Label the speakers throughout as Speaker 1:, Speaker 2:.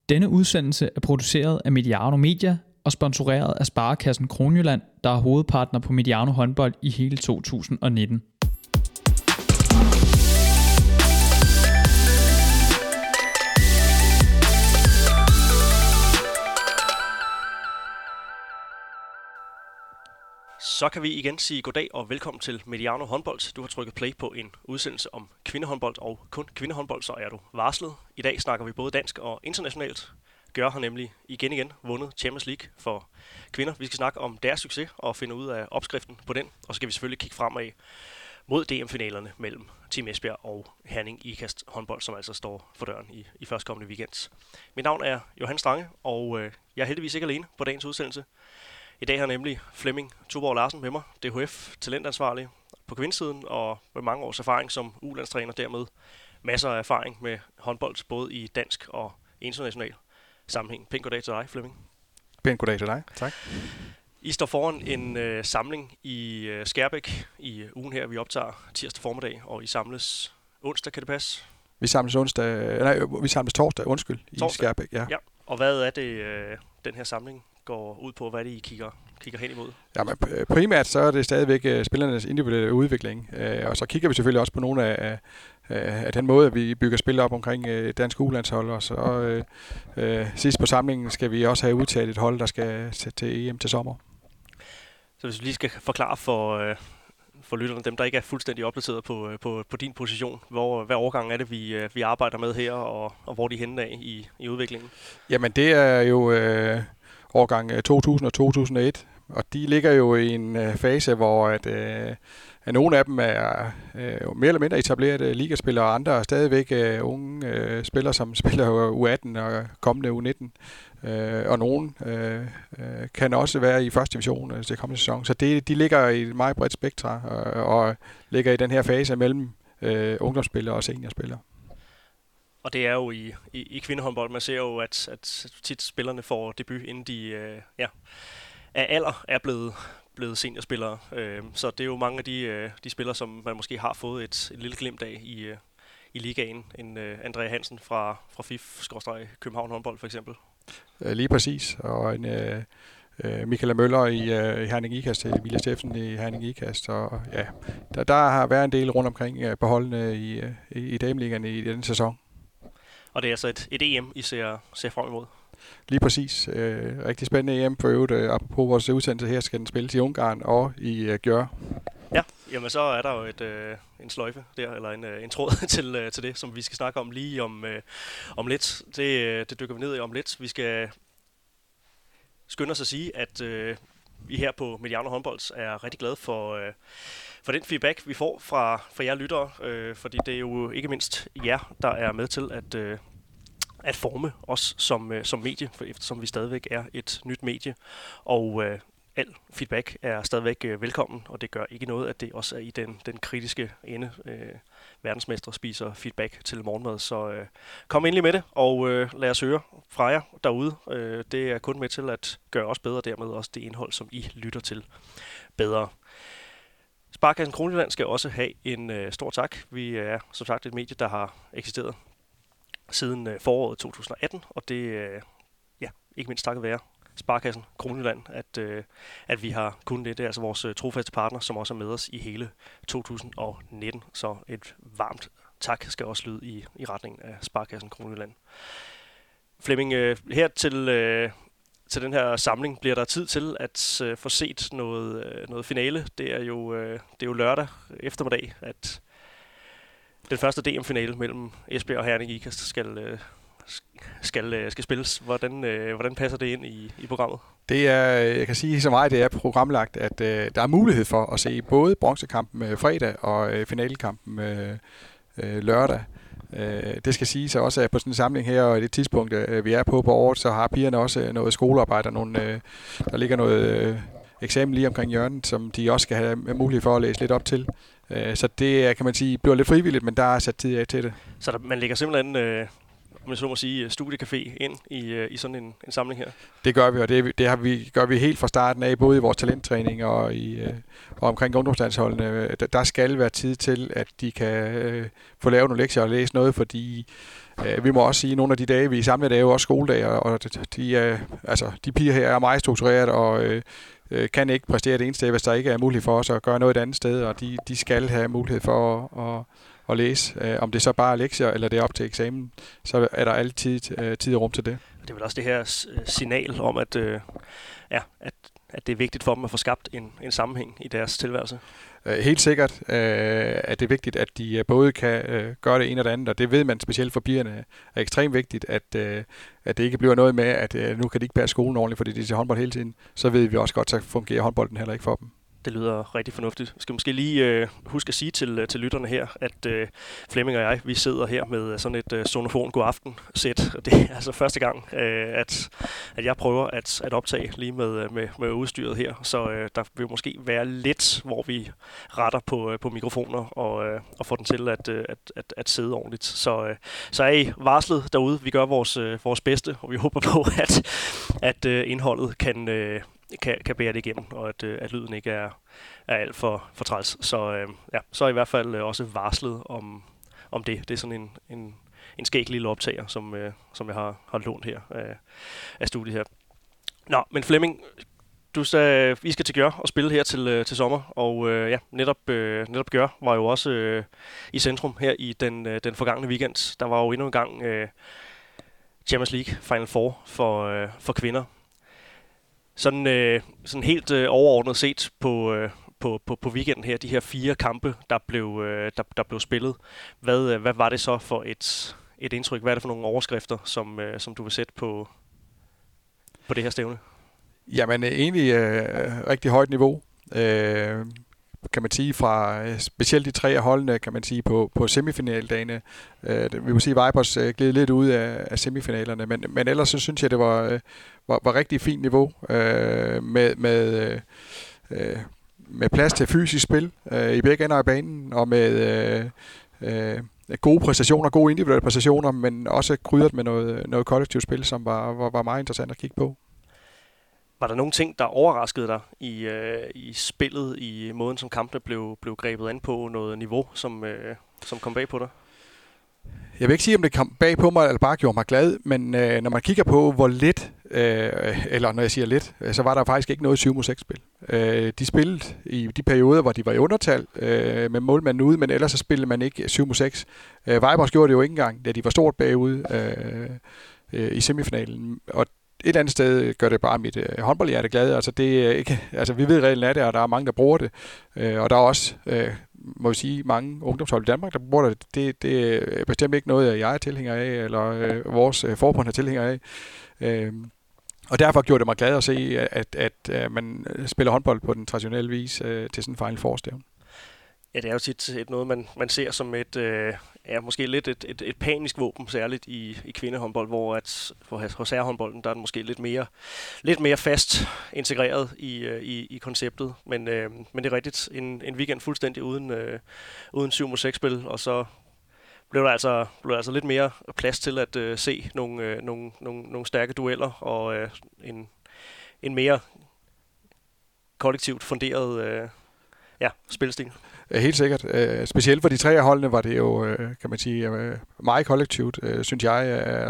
Speaker 1: Denne udsendelse er produceret af Mediano Media og sponsoreret af Sparekassen Kronjylland, der er hovedpartner på Mediano håndbold i hele 2019.
Speaker 2: Så kan vi igen sige goddag og velkommen til Mediano håndbold. Du har trykket play på en udsendelse om kvindehåndbold og kun kvindehåndbold, så er du varslet. I dag snakker vi både dansk og internationalt. Gør har nemlig igen vundet Champions League for kvinder. Vi skal snakke om deres succes og finde ud af opskriften på den. Og så skal vi selvfølgelig kigge fremad mod DM-finalerne mellem Team Esbjerg og Herning Ikast håndbold, som altså står for døren i førstkommende weekend. Mit navn er Johan Strange, og jeg er heldigvis ikke alene på dagens udsendelse. I dag har nemlig Flemming Tuborg Larsen med mig, DHF talentansvarlig på kvindesiden og med mange års erfaring som U-landstræner, dermed masser af erfaring med håndbold, både i dansk og international sammenhæng. Pænt goddag til dig, Flemming.
Speaker 3: Pænt goddag til dig, tak.
Speaker 2: I står foran en samling i Skærbæk i ugen her. Vi optager tirsdag formiddag, og I samles onsdag, kan det passe?
Speaker 3: Vi samles torsdag, i Skærbæk. Ja.
Speaker 2: Og hvad er det, den her samling går ud på? Hvad er det, I kigger hen imod?
Speaker 3: Jamen, primært så er det stadigvæk spillernes individuelle udvikling, og så kigger vi selvfølgelig også på nogle af den måde, vi bygger spil op omkring dansk U-landshold, og så sidst på samlingen skal vi også have udtaget et hold, der skal til EM til sommer.
Speaker 2: Så hvis vi lige skal forklare for lytterne, dem der ikke er fuldstændig opdateret på din position, hvad årgang er det, vi arbejder med her, og hvor er de henne af i udviklingen?
Speaker 3: Jamen det er jo årgang 2000 og 2001, og de ligger jo i en fase, hvor at nogle af dem er mere eller mindre etablerede ligaspillere, og andre er stadigvæk unge spillere, som spiller U18 og kommende U19. Og nogen kan også være i første division til kommende sæson. Så de ligger i et meget bredt spektra og ligger i den her fase mellem ungdomsspillere og seniorspillere.
Speaker 2: Og det er jo i kvindehåndbold, man ser jo, at tit spillerne får debut, inden de af alder er blevet seniorspillere. Så det er jo mange af de spillere, som man måske har fået et lille glimt af i ligaen. En Andrea Hansen fra FIF-København håndbold for eksempel.
Speaker 3: Lige præcis. Og en Michaela Møller i Herning Ikast, Emilia Steffensen i Herning Ikast. Og ja, der har været en del rundt omkring på holdene i dameligaen i denne sæson.
Speaker 2: Og det er altså et EM, I ser frem imod?
Speaker 3: Lige præcis. Rigtig spændende EM for øvrigt. Apropos vores udsendelse her, skal den spilles i Ungarn og i Gjør.
Speaker 2: Ja, jamen så er der jo en sløjfe der, eller en tråd til det, som vi skal snakke om lige om lidt. Det dykker vi ned i om lidt. Vi skal skynde os at sige, at vi her på Mediano håndbold er rigtig glade for den feedback, vi får fra jer lyttere, fordi det er jo ikke mindst jer, der er med til at forme os som medie, for eftersom vi stadigvæk er et nyt medie, og al feedback er stadigvæk velkommen, og det gør ikke noget, at det også er i den kritiske ende. Verdensmestre spiser feedback til morgenmad, så kom endelig med det, og lad os høre fra jer derude. Det er kun med til at gøre os bedre, dermed også det indhold, som I lytter til bedre. Sparekassen Kronjylland skal også have en stor tak. Vi er som sagt et medie, der har eksisteret siden foråret 2018, og det ikke mindst takket være Sparekassen Kronjylland, at vi har kunnet det. Det er altså vores trofaste partner, som også er med os i hele 2019. Så et varmt tak skal også lyde i retningen af Sparekassen Kronjylland. Flemming, her til den her samling bliver der tid til at få set noget finale. Det er jo lørdag eftermiddag, at den første DM-finale mellem Esbjerg og Herning Ikast skal spilles. Hvordan passer det ind i programmet?
Speaker 3: Det er, jeg kan sige så meget, det er programlagt, at der er mulighed for at se både bronzekampen fredag og finalekampen lørdag. Det skal sige så også, at på sådan en samling her, og det tidspunkt, vi er på året, så har pigerne også noget skolearbejde, der ligger noget eksamen lige omkring hjørnet, som de også skal have mulighed for at læse lidt op til. Så det, kan man sige, bliver lidt frivilligt, men der er sat tid af til det. Så
Speaker 2: man lægger simpelthen om jeg så må sige, studiecafé ind i sådan en samling her?
Speaker 3: Det gør vi, og det gør vi helt fra starten af, både i vores talenttræning og omkring ungdomslandsholdene. Der skal være tid til, at de kan få lavet nogle lektier og læse noget, fordi vi må også sige, at nogle af de dage, vi er samlet, er jo også skoledage, og de piger her er meget struktureret, og kan ikke præstere det ene sted, hvis der ikke er mulighed for os at gøre noget et andet sted, og de skal have mulighed for at læse. Om det så bare er lektier, eller det er op til eksamen, så er der altid tid og rum til det.
Speaker 2: Det er vel også det her signal om, at det er vigtigt for dem at få skabt en sammenhæng i deres tilværelse.
Speaker 3: Helt sikkert at det er vigtigt, at de både kan gøre det ene og det andet, og det ved man specielt for pigerne er ekstremt vigtigt, at det ikke bliver noget med, at nu kan de ikke bære skolen ordentligt, fordi de er til håndbold hele tiden. Så ved vi også godt, så fungerer håndbolden heller ikke for dem.
Speaker 2: Det lyder rigtig fornuftigt. Jeg skal måske lige huske at sige til lytterne her, at Flemming og jeg, vi sidder her med sådan et sonofon god aften sæt. Det er altså første gang, at jeg prøver at optage lige med udstyret her. Så der vil måske være lidt, hvor vi retter på mikrofoner og får den til at sidde ordentligt. Så er I varslet derude. Vi gør vores bedste, og vi håber på, at indholdet kan bære det igennem, og at lyden ikke er alt for træls. Så er i hvert fald også varslet om det. Det er sådan en skæg lille optager, som jeg har lånt her af studiet her. Nå, men Flemming, vi skal til Gjør og spille her til sommer, og netop Gjør var jo også i centrum her i den forgangne weekend. Der var jo endnu en gang Champions League Final Four for kvinder. Sådan helt overordnet set på weekenden her, de her 4 kampe, der blev spillet. Hvad var det så for et indtryk? Hvad er det for nogle overskrifter, som du vil sætte på det her stævne?
Speaker 3: Jamen egentlig rigtig højt niveau. Kan man sige, fra specielt de 3 af holdene, kan man sige, på semifinaldagene. Vi må sige, at Vipers gled lidt ud af semifinalerne, men ellers så synes jeg, det var rigtig fint niveau med plads til fysisk spil i begge ender af banen, og med gode præstationer, gode individuelle præstationer, men også krydret med noget kollektivt spil, som var meget interessant at kigge på.
Speaker 2: Var der nogle ting, der overraskede dig i spillet, i måden, som kampene blev grebet an på, noget niveau, som kom bag på dig?
Speaker 3: Jeg vil ikke sige, om det kom bag på mig, eller bare gjorde mig glad, men når man kigger på, hvor lidt, eller når jeg siger lidt, så var der faktisk ikke noget 7-6-spil. De spillede i de perioder, hvor de var i undertal med målmanden ude, men ellers så spillede man ikke 7-6. Vipers gjorde det jo ikke engang, da de var stort bagud i semifinalen, og et andet sted gør det bare mit håndboldhjerte glad. Altså det er ikke, altså vi ved reglen af det, og der er mange, der bruger det. Og der er også, må vi sige, mange ungdomshold i Danmark, der bruger det. Det er bestemt ikke noget, jeg er tilhænger af, eller vores forbund er tilhænger af. Og derfor gjorde det mig glad at se, at man spiller håndbold på den traditionelle vis til sådan en Final Four-stævne.
Speaker 2: Ja, det er jo tit noget, man ser som måske lidt et panisk våben, særligt i kvindehåndbold, hvor hos herrehåndbolden, der er den måske lidt mere fast integreret i konceptet. Men det er rigtigt, en weekend fuldstændig uden 7-6-spil, og så blev der altså lidt mere plads til at se nogle stærke dueller og en mere kollektivt funderet spilstil.
Speaker 3: Helt sikkert. Specielt for de 3 af holdene var det jo, kan man sige, meget kollektivt, synes jeg.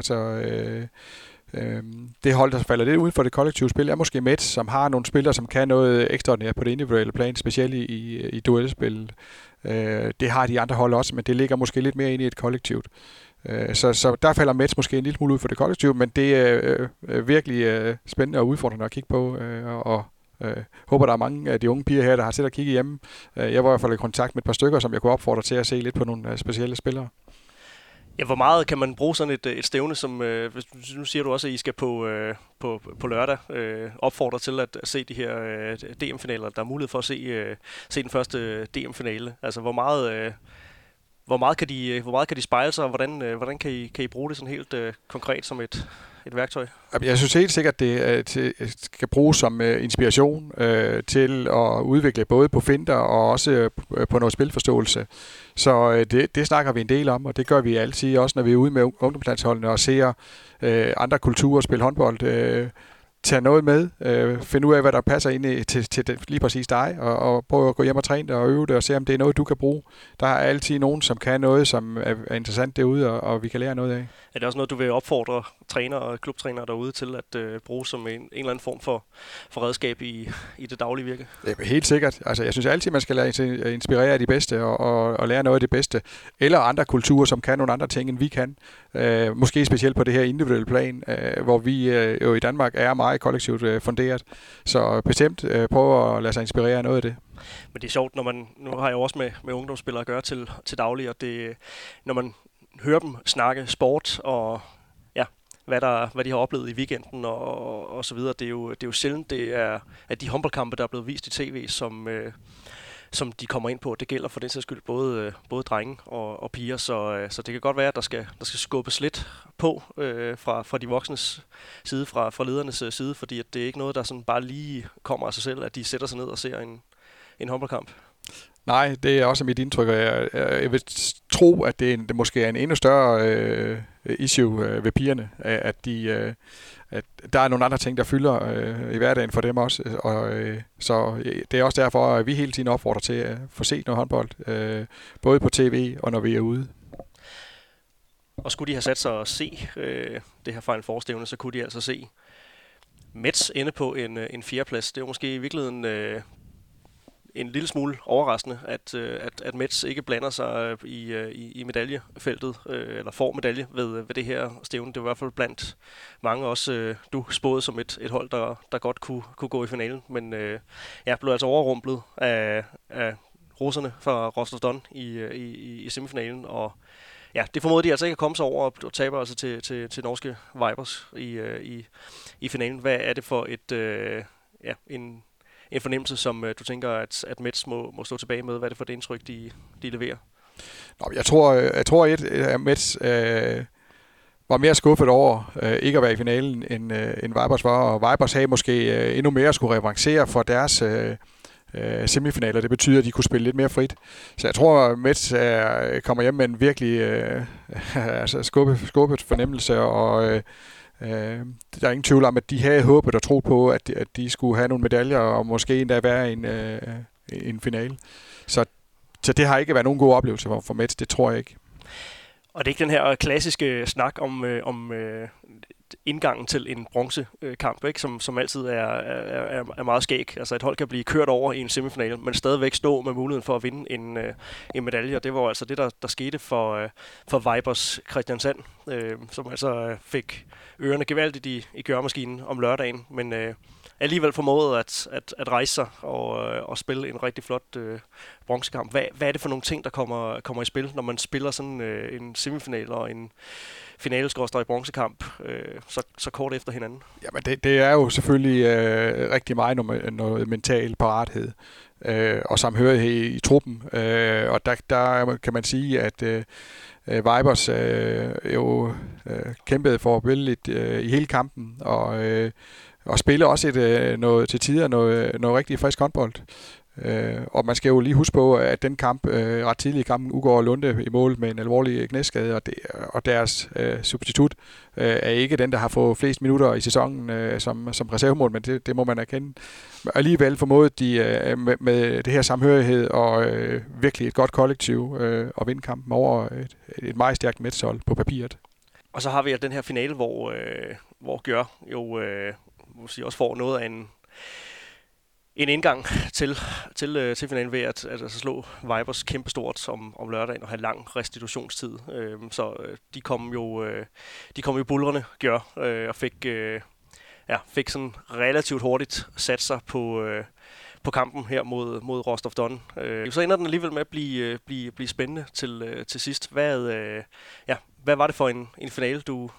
Speaker 3: Det hold, der falder lidt uden for det kollektive spil, er måske Mets, som har nogle spillere, som kan noget ekstraordinært på det individuelle plan, specielt i duelspillet. Det har de andre hold også, men det ligger måske lidt mere ind i et kollektivt. Så der falder Mets måske en lille smule ud for det kollektive, men det er virkelig spændende og udfordrende at kigge på, og håber, der er mange af de unge piger her, der har siddet og kigget hjemme. Jeg var i hvert fald i kontakt med et par stykker, som jeg kunne opfordre til at se lidt på nogle specielle spillere.
Speaker 2: Ja, hvor meget kan man bruge sådan et stævne, som nu siger du også, at I skal på lørdag opfordre til at se de her DM-finaler. Der er mulighed for at se den første DM-finale. Altså, hvor meget kan de spejle sig, og hvordan kan I bruge det sådan helt konkret som et værktøj?
Speaker 3: Jeg synes helt sikkert, at det skal bruges som inspiration til at udvikle både på finter og også på noget spilforståelse. Så det snakker vi en del om, og det gør vi altid, også når vi er ude med ungdomslandsholdene og ser andre kulturer spille håndbold. tage noget med, finde ud af, hvad der passer ind til lige præcis dig, og prøve at gå hjem og træne det og øve det, og se, om det er noget, du kan bruge. Der er altid nogen, som kan noget, som er interessant derude, og vi kan lære noget af.
Speaker 2: Er det også noget, du vil opfordre trænere og klubtrænere derude til at bruge som en eller anden form for redskab i det daglige virke?
Speaker 3: Ja, helt sikkert. Altså, jeg synes altid, man skal lade inspirere af de bedste og lære noget af det bedste. Eller andre kulturer, som kan nogle andre ting, end vi kan. Måske specielt på det her individuelle plan, hvor vi jo i Danmark er meget kollektivt funderet. Så bestemt prøve at lade sig inspirere af noget af det.
Speaker 2: Men det er sjovt, nu har jeg jo også med ungdomsspillere at gøre til daglig, og når man hører dem snakke sport og hvad de har oplevet i weekenden og så videre. Det er jo sjældent, det er at de håndboldkampe, der er blevet vist i tv, som de kommer ind på. Det gælder for den sags skyld både drenge og piger, så det kan godt være, at der skal skubbes lidt på fra de voksnes side, fra ledernes side, fordi at det er ikke noget, der sådan bare lige kommer af sig selv, at de sætter sig ned og ser en håndboldkamp.
Speaker 3: Nej, det er også mit indtryk, og jeg vil tro, at det måske er en endnu større issue ved pigerne, at der er nogle andre ting, der fylder i hverdagen for dem også. Så det er også derfor, at vi hele tiden opfordrer til at få set noget håndbold, både på tv og når vi er ude.
Speaker 2: Og skulle de have sat sig og se det her Final Four-stævne, så kunne de altså se Metz inde på en fjerdeplads. Det er måske i virkeligheden en lille smule overraskende, at Metz ikke blander sig i medaljefeltet, eller får medalje ved det her stævne. Det var i hvert fald blandt mange også, du spåede som et hold, der godt kunne gå i finalen, men blev altså overrumplet af russerne fra Rostov Don i semifinalen, og ja, det formodede de altså ikke at komme sig over, og taber altså til norske Vipers i finalen. Hvad er det for en fornemmelse, som du tænker, at Metz må stå tilbage med? Hvad er det for det indtryk, de leverer?
Speaker 3: Jeg tror at Metz var mere skuffet over ikke at være i finalen, end Vipers var. Og Vipers havde måske endnu mere skulle revancere for deres semifinaler. Det betyder, at de kunne spille lidt mere frit. Så jeg tror, at Metz kommer hjem med en virkelig skubbet fornemmelse, og der er ingen tvivl om, at de havde håbet og troet på, at de skulle have nogle medaljer, og måske endda være en finale. Så det har ikke været nogen god oplevelse for Metz, det tror jeg ikke.
Speaker 2: Og det er ikke den her klassiske snak om indgangen til en bronzekamp, ikke? Som altid er meget skæg. Altså et hold kan blive kørt over i en semifinale, men stadigvæk stå med muligheden for at vinde en medalje. Og det var altså det, der skete for Vipers Kristiansand, som altså fik ørerne gevaldigt i gøremaskinen om lørdagen, men alligevel formåede at rejse sig og spille en rigtig flot bronzekamp. Hvad er det for nogle ting, der kommer i spil, når man spiller sådan en semifinal og en finale-bronzekamp så kort efter hinanden?
Speaker 3: Jamen det er jo selvfølgelig rigtig meget noget mental parathed og samhørighed i truppen. Og der kan man sige, at Vipers jo kæmpede forbilledligt i hele kampen, og spille også noget til tider noget rigtig frisk håndbold. Og man skal jo lige huske på, at den kamp, ret tidlig i kampen, Ugård Lunde i mål med en alvorlig knæskade, og deres substitut er ikke den, der har fået flest minutter i sæsonen som reservemål, men det må man erkende. Alligevel formåede de med det her samhørighed og virkelig et godt kollektiv at vinde kampen over et meget stærkt Metz-hold på papiret.
Speaker 2: Og så har vi den her finale, hvor Gjør jo også får noget af en indgang til finalen ved at slå Vipers kæmpestort om lørdagen og have lang restitutionstid. Så de kom jo buldrende, Gjør, og fik sådan relativt hurtigt sat sig på kampen her mod Rostov Don. Så ender den alligevel med at blive spændende til sidst. Hvad var det for en finale, du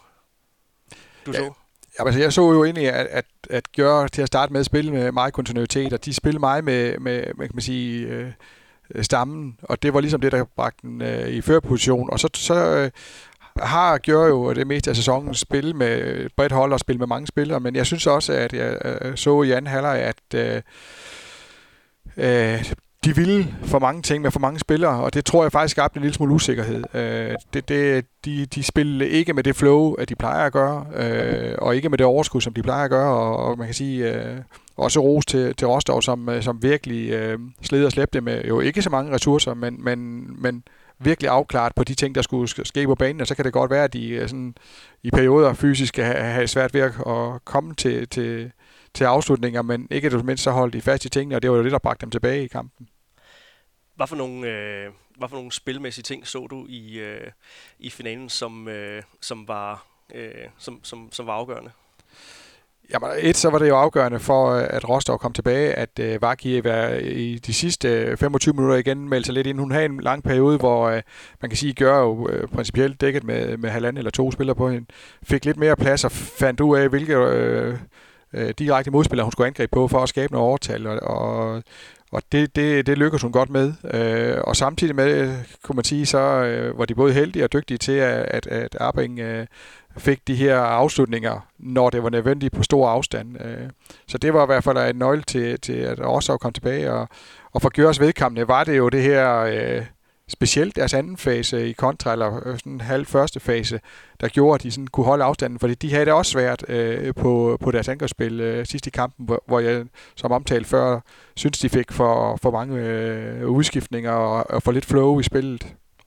Speaker 2: så?
Speaker 3: Ja, altså jeg så jo egentlig, at Gjør til at starte med at spille med meget kontinuitet, og de spillede meget med kan man sige, stammen, og det var ligesom det, der bragte den i førerposition. Og så har Gjør jo det meste af sæsonen spillet med et bredt hold og spillet med mange spillere, men jeg synes også, at jeg så i anden halvleg, at de ville for mange ting med for mange spillere, og det tror jeg faktisk skabte en lille smule usikkerhed. De spillede ikke med det flow, at de plejer at gøre, og ikke med det overskud, som de plejer at gøre, og man kan sige også ros til Rostov, som virkelig sled og slæbte med jo ikke så mange ressourcer, men virkelig afklaret på de ting, der skulle ske på banen, og så kan det godt være, at de sådan, i perioder fysisk have svært ved at komme til afslutninger, men ikke det mindst så holdt de fast i tingene, og det var jo det, der bragte dem tilbage i kampen.
Speaker 2: Hvad for nogle spilmæssige ting så du i finalen, som var afgørende?
Speaker 3: Jamen, så var det jo afgørende for, at Rostov kom tilbage, at Vakiev i de sidste 25 minutter igen meldte sig lidt ind. Hun havde en lang periode, hvor man kan sige, gør jo principielt dækket med halvanden eller to spillere på hende. Fik lidt mere plads og fandt ud af, hvilke direkte modspillere hun skulle angribe på for at skabe noget overtal, og det lykkedes hun godt med. Og samtidig med, kunne man sige, så var de både heldige og dygtige til, at Arbing fik de her afslutninger, når det var nødvendigt på stor afstand. Så det var i hvert fald en nøgle til at Rostov kom tilbage. Og for Gjøres vedkommende var det jo det her, specielt deres anden fase i kontra, eller sådan halv første fase, der gjorde, at de sådan kunne holde afstanden, fordi de havde det også svært på deres angrebsspil sidst i kampen, hvor jeg, som omtalt før, synes de fik for mange udskiftninger og for lidt flow i spillet.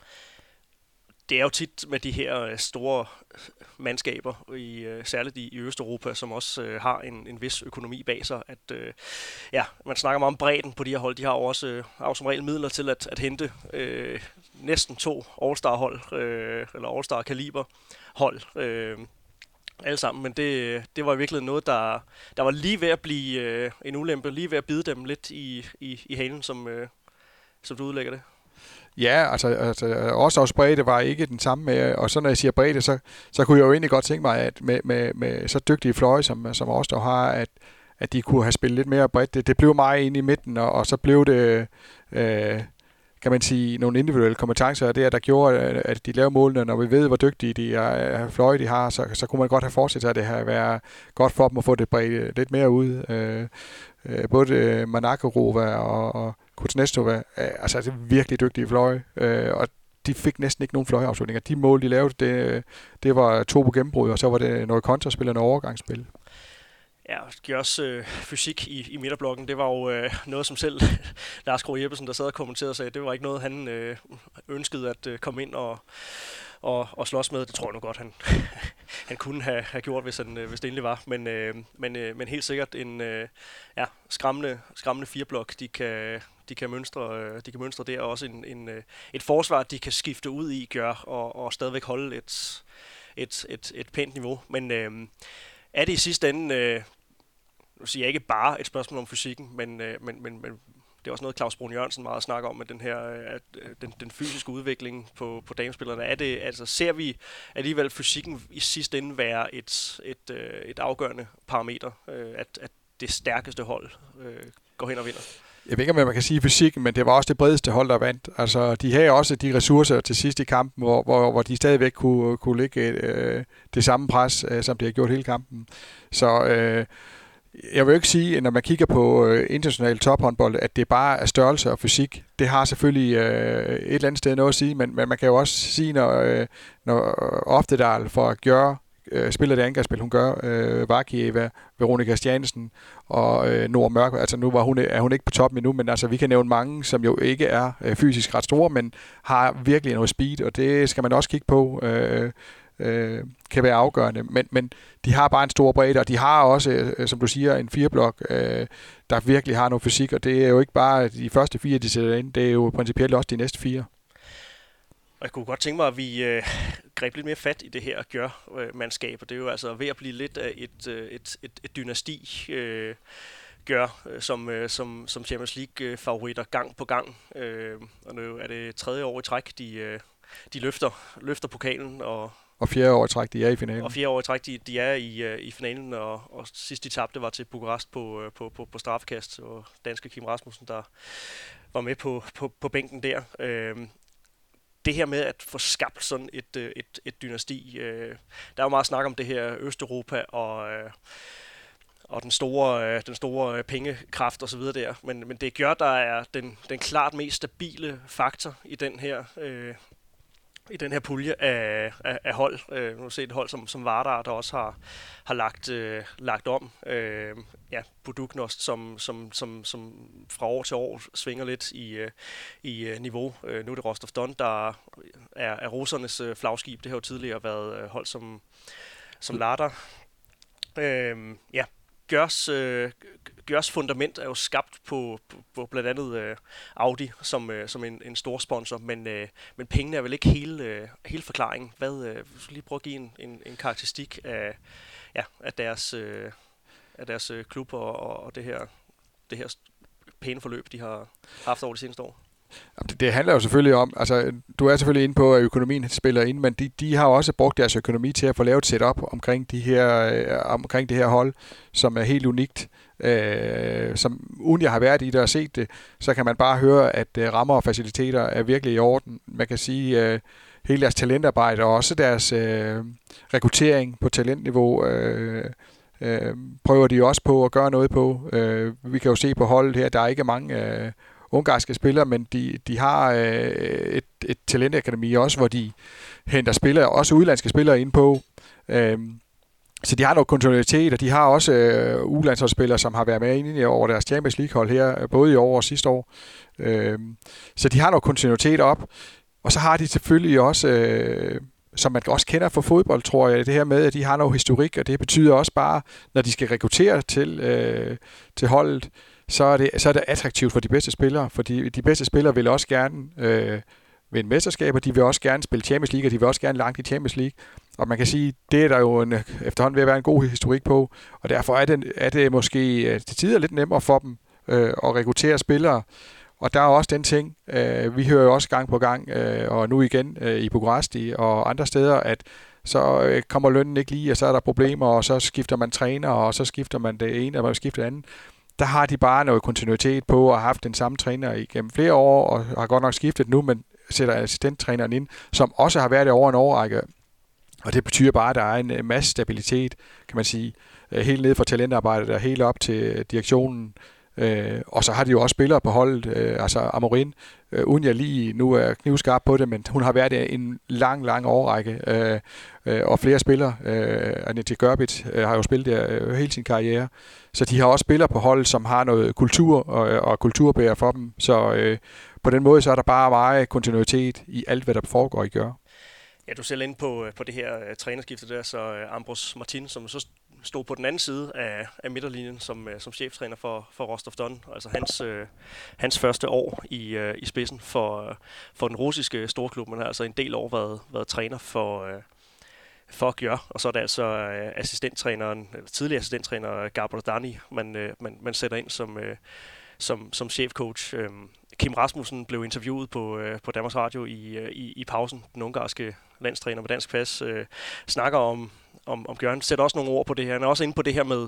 Speaker 2: Det er jo tit med de her store mandskaber, særligt i Østeuropa, som også har en vis økonomi bag sig, at man snakker meget om bredden på de her hold. De har jo også som regel midler til at hente næsten 2 All-Star-hold, eller All-Star-kaliber hold, alle sammen. Men det var i virkeligheden noget, der var lige ved at blive en ulempe, lige ved at bide dem lidt i halen, som du udlægger det.
Speaker 3: Ja, altså Rostovs bredde var ikke den samme med, og så når jeg siger bredde, så kunne jeg jo egentlig godt tænke mig, at med så dygtige fløje, som Rostov har, at de kunne have spillet lidt mere bredt. Det blev meget inde i midten, og så blev det, kan man sige, nogle individuelle kompetencer, der gjorde, at de lavede målene. Når vi ved, hvor dygtige de er, fløje de har, så kunne man godt have fortsat, at det har været godt for dem at få det bredt lidt mere ud. Både Manakerova og Kuznetsova, altså det er virkelig dygtige fløje, og de fik næsten ikke nogen fløjeafslutninger. De mål, de lavede, det var 2 på gennembrud, og så var det noget kontraspil og noget overgangsspil.
Speaker 2: Ja, Gjørs fysik i midterblokken, det var jo noget, som selv Lars Krogh Jeppesen, der sad og kommenterede og sagde, det var ikke noget, han ønskede at komme ind og slås med. Det tror jeg nu godt, han kunne have gjort, hvis det endelig var. Men helt sikkert en skræmmende 4-blok, de kan mønstre der, og også et forsvar, de kan skifte ud i, og stadigvæk holde et pænt niveau. Men er det i sidste ende, nu siger jeg ikke bare et spørgsmål om fysikken, men det er også noget, Claus Brun Jørgensen meget snakker om, med den her den fysiske udvikling på damespillerne. Ser vi alligevel fysikken i sidste ende være et afgørende parameter, at det stærkeste hold går hen og vinder?
Speaker 3: Jeg ved ikke, om man kan sige fysikken, men det var også det bredeste hold, der vandt. Altså, de havde også de ressourcer til sidst i kampen, hvor de stadigvæk kunne lægge det samme pres, som de har gjort hele kampen. Så jeg vil jo ikke sige, når man kigger på international tophåndbold, at det bare er størrelse og fysik. Det har selvfølgelig et eller andet sted noget at sige, men man kan jo også sige, når Oftedal for at gøre spiller det angrebsspil, hun gør, Vakieva, Veronica Christiansen og Nora Mørk. Altså nu er hun ikke på toppen endnu, men altså vi kan nævne mange, som jo ikke er fysisk ret store, men har virkelig noget speed, og det skal man også kigge på, kan være afgørende. Men de har bare en stor bredde, og de har også, som du siger, en 4-blok, der virkelig har noget fysik, og det er jo ikke bare de første 4, de sætter ind, det er jo principielt også de næste 4.
Speaker 2: Og jeg kunne godt tænke mig, at vi greb lidt mere fat i det her Gør-mandskab, og det er jo altså ved at blive lidt af et dynasti, Gør, som Champions League-favoritter gang på gang. Og nu er det 3. år i træk, de løfter pokalen,
Speaker 3: og 4. år i træk, de er i finalen.
Speaker 2: Og 4. år i træk, de er i finalen, og sidst de tabte var til Bukarest på straffekast, og danske Kim Rasmussen, der var med på bænken der. Det her med at få skabt sådan et dynasti, der er jo meget snak om det her Østeuropa, og den store pengekraft og så videre der. Men det gør, der er den klart mest stabile faktor i den her pulje af hold. Nu har set et hold som Vardar, der også har lagt om. Buduknost, som fra år til år svinger lidt i niveau. Nu er det Rostov Don, der er russernes flagskib. Det har jo tidligere været hold som Lardar. Gørs fundament er jo skabt på blandt andet Audi som en stor sponsor, men pengene er vel ikke hele forklaringen. Hvis du lige prøve at give en karakteristik af deres klub og det her pæne forløb, de har haft over de seneste år.
Speaker 3: Det handler jo selvfølgelig om, altså du er selvfølgelig inde på, at økonomien spiller ind, men de har også brugt deres økonomi til at få lavet et setup omkring det her hold, som er helt unikt. Som uden jeg har været i det og set det, så kan man bare høre, at rammer og faciliteter er virkelig i orden. Man kan sige, hele deres talentarbejde og også deres rekruttering på talentniveau prøver de også på at gøre noget på. Vi kan jo se på holdet her, der er ikke mange ungarske spillere, men de har et talentakademi også, hvor de henter spillere, også udlandske spillere ind på. Så de har noget kontinuitet, og de har også U-landsholdsspillere, som har været med inde over deres Champions League-hold her, både i år og sidste år. Så de har noget kontinuitet op, og så har de selvfølgelig også, som man også kender fra fodbold, tror jeg, det her med, at de har noget historik, og det betyder også bare, når de skal rekruttere til holdet, så er det attraktivt for de bedste spillere, fordi de bedste spillere vil også gerne vinde mesterskaber, de vil også gerne spille Champions League, og de vil også gerne langt i Champions League. Og man kan sige, det er der jo efterhånden ved at være en god historik på, og derfor er det måske til tider lidt nemmere for dem at rekruttere spillere. Og der er også den ting, vi hører jo også gang på gang, og nu igen i Bukaresti og andre steder, at så kommer lønnen ikke lige, og så er der problemer, og så skifter man træner, og så skifter man det ene, og man skifter det andet. Der har de bare noget kontinuitet på, og har haft den samme træner igennem flere år, og har godt nok skiftet nu, men sætter assistenttræneren ind, som også har været det over en årrække. Og det betyder bare, at der er en masse stabilitet, kan man sige, helt ned fra talentarbejdet og helt op til direktionen. Og så har de jo også spillere på holdet, altså Amorin, uden jeg lige nu er knivskarp på det, men hun har været en lang årrække, og flere spillere, Anette Gørbit har jo spillet der hele sin karriere, så de har også spillere på holdet, som har noget kultur og kulturbærer for dem, så på den måde så er der bare meget kontinuitet i alt, hvad der foregår i Gør.
Speaker 2: Ja, du er selv inde på det her trænerskifte der, så Ambros Martin, som så stod på den anden side af midterlinjen som cheftræner for Rostov Don, altså hans første år i spidsen for den russiske storklub, men har altså en del år været træner for Gjør, og så er det altså tidligere assistenttræner Gabriel Dani, man sætter ind som chefcoach. Kim Rasmussen blev interviewet på Danmarks Radio i pausen. Den ungarske landstræner med dansk pas snakker om Gjørn. Sætter også nogle ord på det her. Han er også inde på det her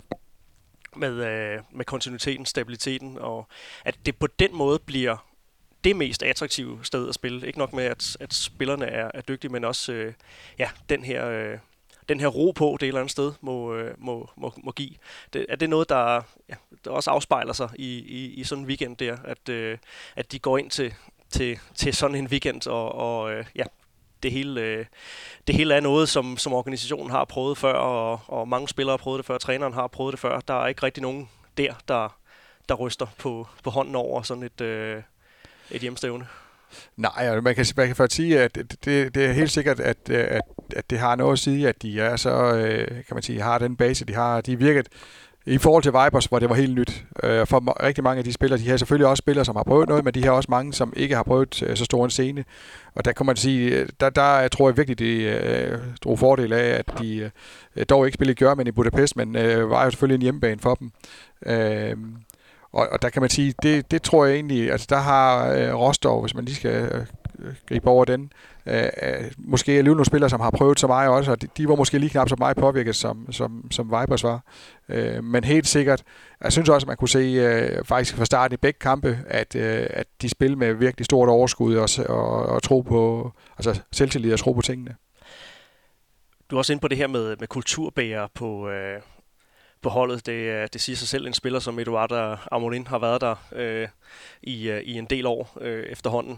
Speaker 2: med kontinuiteten, stabiliteten, og at det på den måde bliver det mest attraktive sted at spille. Ikke nok med, at spillerne er dygtige, men også den her ro på det eller andet sted må give. Er det noget, der også afspejler sig i sådan en weekend der, at de går ind til sådan en weekend, og det hele er noget, som organisationen har prøvet før, og mange spillere har prøvet det før, træneren har prøvet det før. Der er ikke rigtig nogen der ryster på hånden over sådan et hjemstævne.
Speaker 3: Nej, man kan faktisk sige, at det er helt sikkert, at det har noget at sige, at de er så, kan man sige, har den base, de har. De virket i forhold til Vipers, hvor det var helt nyt. For rigtig mange af de spillere, de har selvfølgelig også spillere, som har prøvet noget, men de har også mange, som ikke har prøvet så stor en scene. Og der kan man sige, der tror jeg virkelig, det drog fordel af, at de dog ikke spillede Gjør, men i Budapest, men var jo selvfølgelig en hjemmebane for dem. Og der kan man sige, det tror jeg egentlig, altså der har Rostov, hvis man lige skal gribe over den, måske alligevel nogle spillere, som har prøvet så meget også, og de var måske lige knap så meget påvirket, som Vipers var. Men helt sikkert, jeg synes også, at man kunne se faktisk fra starten i begge kampe, at de spiller med virkelig stort overskud og tro på, altså selvtillid og tro på tingene.
Speaker 2: Du er også inde på det her med kulturbærer på holdet. Det siger sig selv, en spiller som Eduardo Amorim har været der i en del år efterhånden.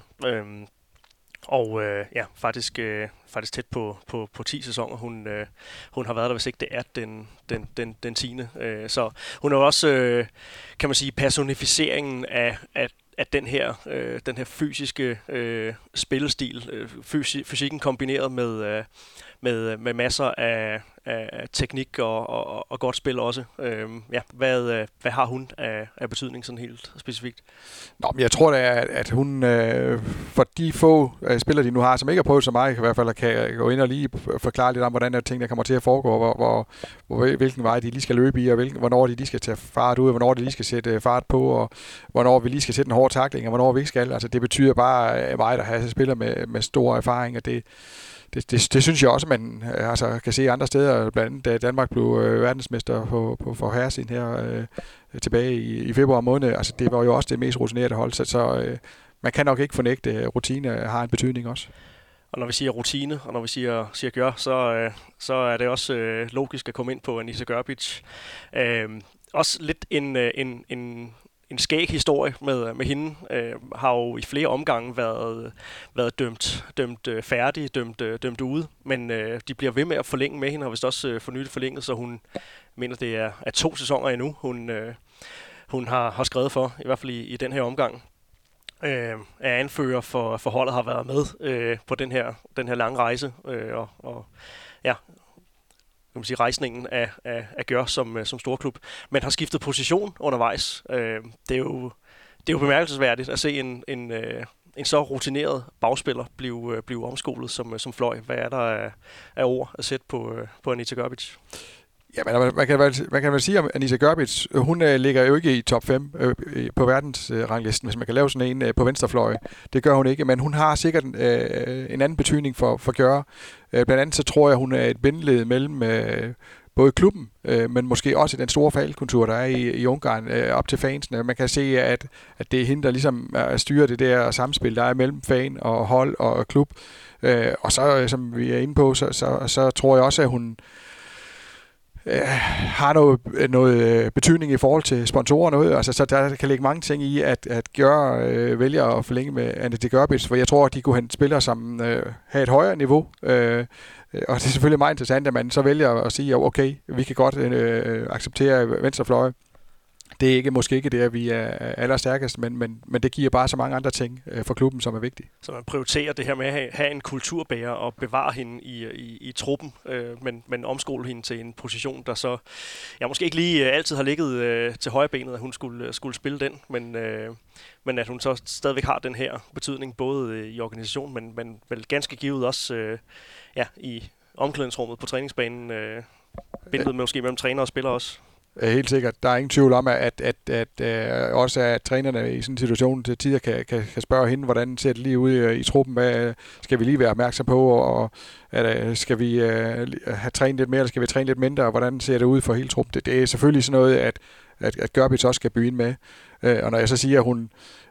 Speaker 2: Faktisk tæt på 10 sæsoner. Hun har været der, hvis ikke det er den 10. Så hun er også, kan man sige, personificeringen af den her fysiske spillestil, fysikken kombineret med masser af teknik og godt spil også. Hvad har hun af betydning sådan helt specifikt?
Speaker 3: Nå, men jeg tror da, at hun for de få spillere, de nu har, som ikke har prøvet så meget, i hvert fald kan gå ind og lige forklare lidt om, hvordan tingene kommer til at foregå, hvilken vej de lige skal løbe i, og hvornår de lige skal tage fart ud, og hvornår de lige skal sætte fart på, og hvornår vi lige skal sætte en hård tackling, og hvornår vi ikke skal. Altså, det betyder bare meget at have spillere med stor erfaring, og det synes jeg også, man kan se andre steder, blandt andet da Danmark blev verdensmester for herresiden her tilbage i februar måned. Altså, det var jo også det mest rutinerede hold, så man kan nok ikke fornægte, at rutine har en betydning også.
Speaker 2: Og når vi siger rutine, og når vi siger gør, så er det også logisk at komme ind på Anita Grbić. Også lidt en skæg historie med hende, har jo i flere omgange været dømt færdig, dømt ude, men de bliver ved med at forlænge med hende, og vist også for nylig forlænget, så hun mener, det er 2 sæsoner endnu, hun har skrevet for, i hvert fald i den her omgang. Er anfører for holdet, har været med på den her lange rejse, kan man sige, rejsningen af Gør som storklub, men har skiftet position undervejs. Det er jo bemærkelsesværdigt at se en så rutineret bagspiller blive omskolet som fløj. Hvad er der af ord at sætte på Anita Grbić?
Speaker 3: Ja, men man kan vel sige om Anita Grbić, hun ligger jo ikke i top 5 på verdensranglisten, hvis man kan lave sådan en på venstrefløj. Det gør hun ikke, men hun har sikkert en anden betydning for Gør. Blandt andet så tror jeg, hun er et bindeled mellem både klubben, men måske også den store fankultur, der er i Ungarn, op til fansene. Man kan se, at det er hende, der ligesom styrer det der samspil, der er mellem fan og hold og klub. Og så, som vi er inde på, så tror jeg også, at hun har noget betydning i forhold til sponsorer og noget. Altså, så der kan ligge mange ting i, at Gør vælger at forlænge med Anita Grbić, for jeg tror, at de kunne hente spillere, som har et højere niveau. Og det er selvfølgelig meget interessant, at man så vælger at sige, okay, vi kan godt acceptere venstrefløje. Det er måske ikke det, at vi er allerstærkest, men det giver bare så mange andre ting for klubben, som er vigtige. Så
Speaker 2: man prioriterer det her med at have en kulturbærer og bevare hende i truppen, men omskole hende til en position, der så måske ikke lige altid har ligget til højre benet, at hun skulle spille den, men at hun så stadigvæk har den her betydning, både i organisationen, men vel ganske givet også i omklædningsrummet på træningsbanen, bindet måske mellem træner og spiller også.
Speaker 3: Helt sikkert. Der er ingen tvivl om, at også at trænerne i sådan en situation til tider kan spørge hende, hvordan ser det lige ud i truppen, hvad skal vi lige være opmærksom på, og skal vi have trænet lidt mere, eller skal vi træne lidt mindre, og hvordan ser det ud for hele truppen. Det er selvfølgelig sådan noget, at Grbić også skal begynde med. Og når jeg så siger, at hun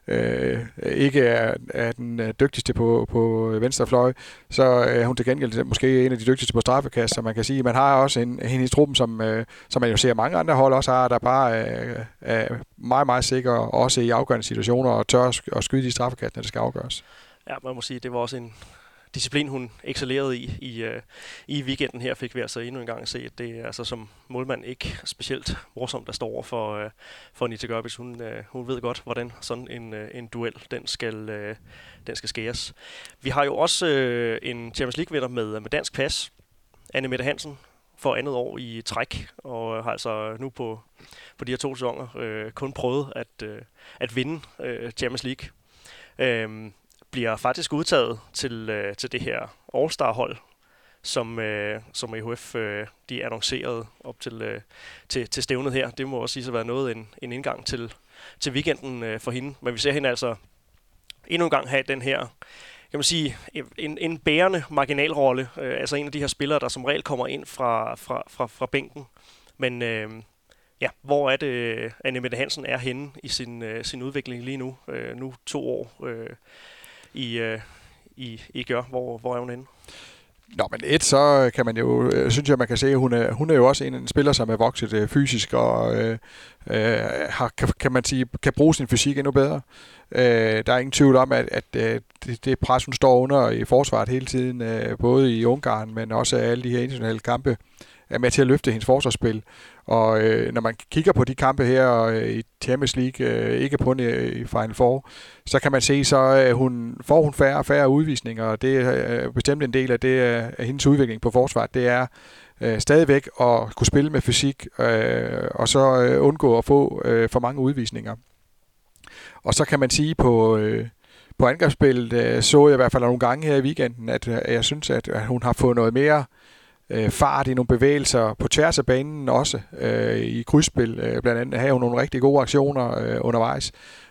Speaker 3: ikke er den dygtigste på venstrefløj, så er hun til gengæld måske en af de dygtigste på straffekast, så man kan sige, at man har også en i truppen, som man jo ser mange andre hold også har, der bare er meget, meget sikre, også i afgørende situationer, og tør at skyde de straffekast, når det skal afgøres.
Speaker 2: Ja, man må sige, det var også en disciplin, hun excellerede i weekenden her, fik vi altså endnu en gang se, at det er altså som målmand ikke specielt morsomt, der står over for Anita Grbić. Hun ved godt, hvordan sådan en duel, den skal skæres. Vi har jo også en Champions League-vinder med dansk pas, Anne Mette Hansen, for andet år i træk, og har altså nu på de her 2 sæsoner kun prøvet at vinde Champions League. Bliver faktisk udtaget til det her All-Star-hold, som EHF de annoncerede op til stævnet her. Det må også sige at være noget en indgang til weekenden for hende. Men vi ser hende altså endnu en gang have den her, kan man sige, en bærende marginalrolle. Altså en af de her spillere, der som regel kommer ind fra bænken. Men hvor er det, Anne Mette Hansen er henne i sin udvikling lige nu? Nu 2 år i Gør. Hvor er hun henne?
Speaker 3: Nå, men så kan man jo, synes jeg, man kan se, at hun er jo også en spiller, som er vokset fysisk og kan man sige, kan bruge sin fysik endnu bedre. Der er ingen tvivl om, at det pres, hun står under i forsvaret hele tiden, både i Ungarn, men også alle de her internationale kampe, er med til at løfte hendes forsvarsspil. Og når man kigger på de kampe her i Champions League, ikke på i Final Four, så kan man se, så får hun færre og færre udvisninger, og det er bestemt en del af det af hendes udvikling på forsvaret. Det er stadigvæk at kunne spille med fysik, og så undgå at få for mange udvisninger. Og så kan man sige på angrebsspillet, så jeg i hvert fald nogle gange her i weekenden, at jeg synes, at hun har fået noget mere fart i nogle bevægelser på tværs af banen også, i krydsspil. Blandt andet har hun nogle rigtig gode aktioner undervejs.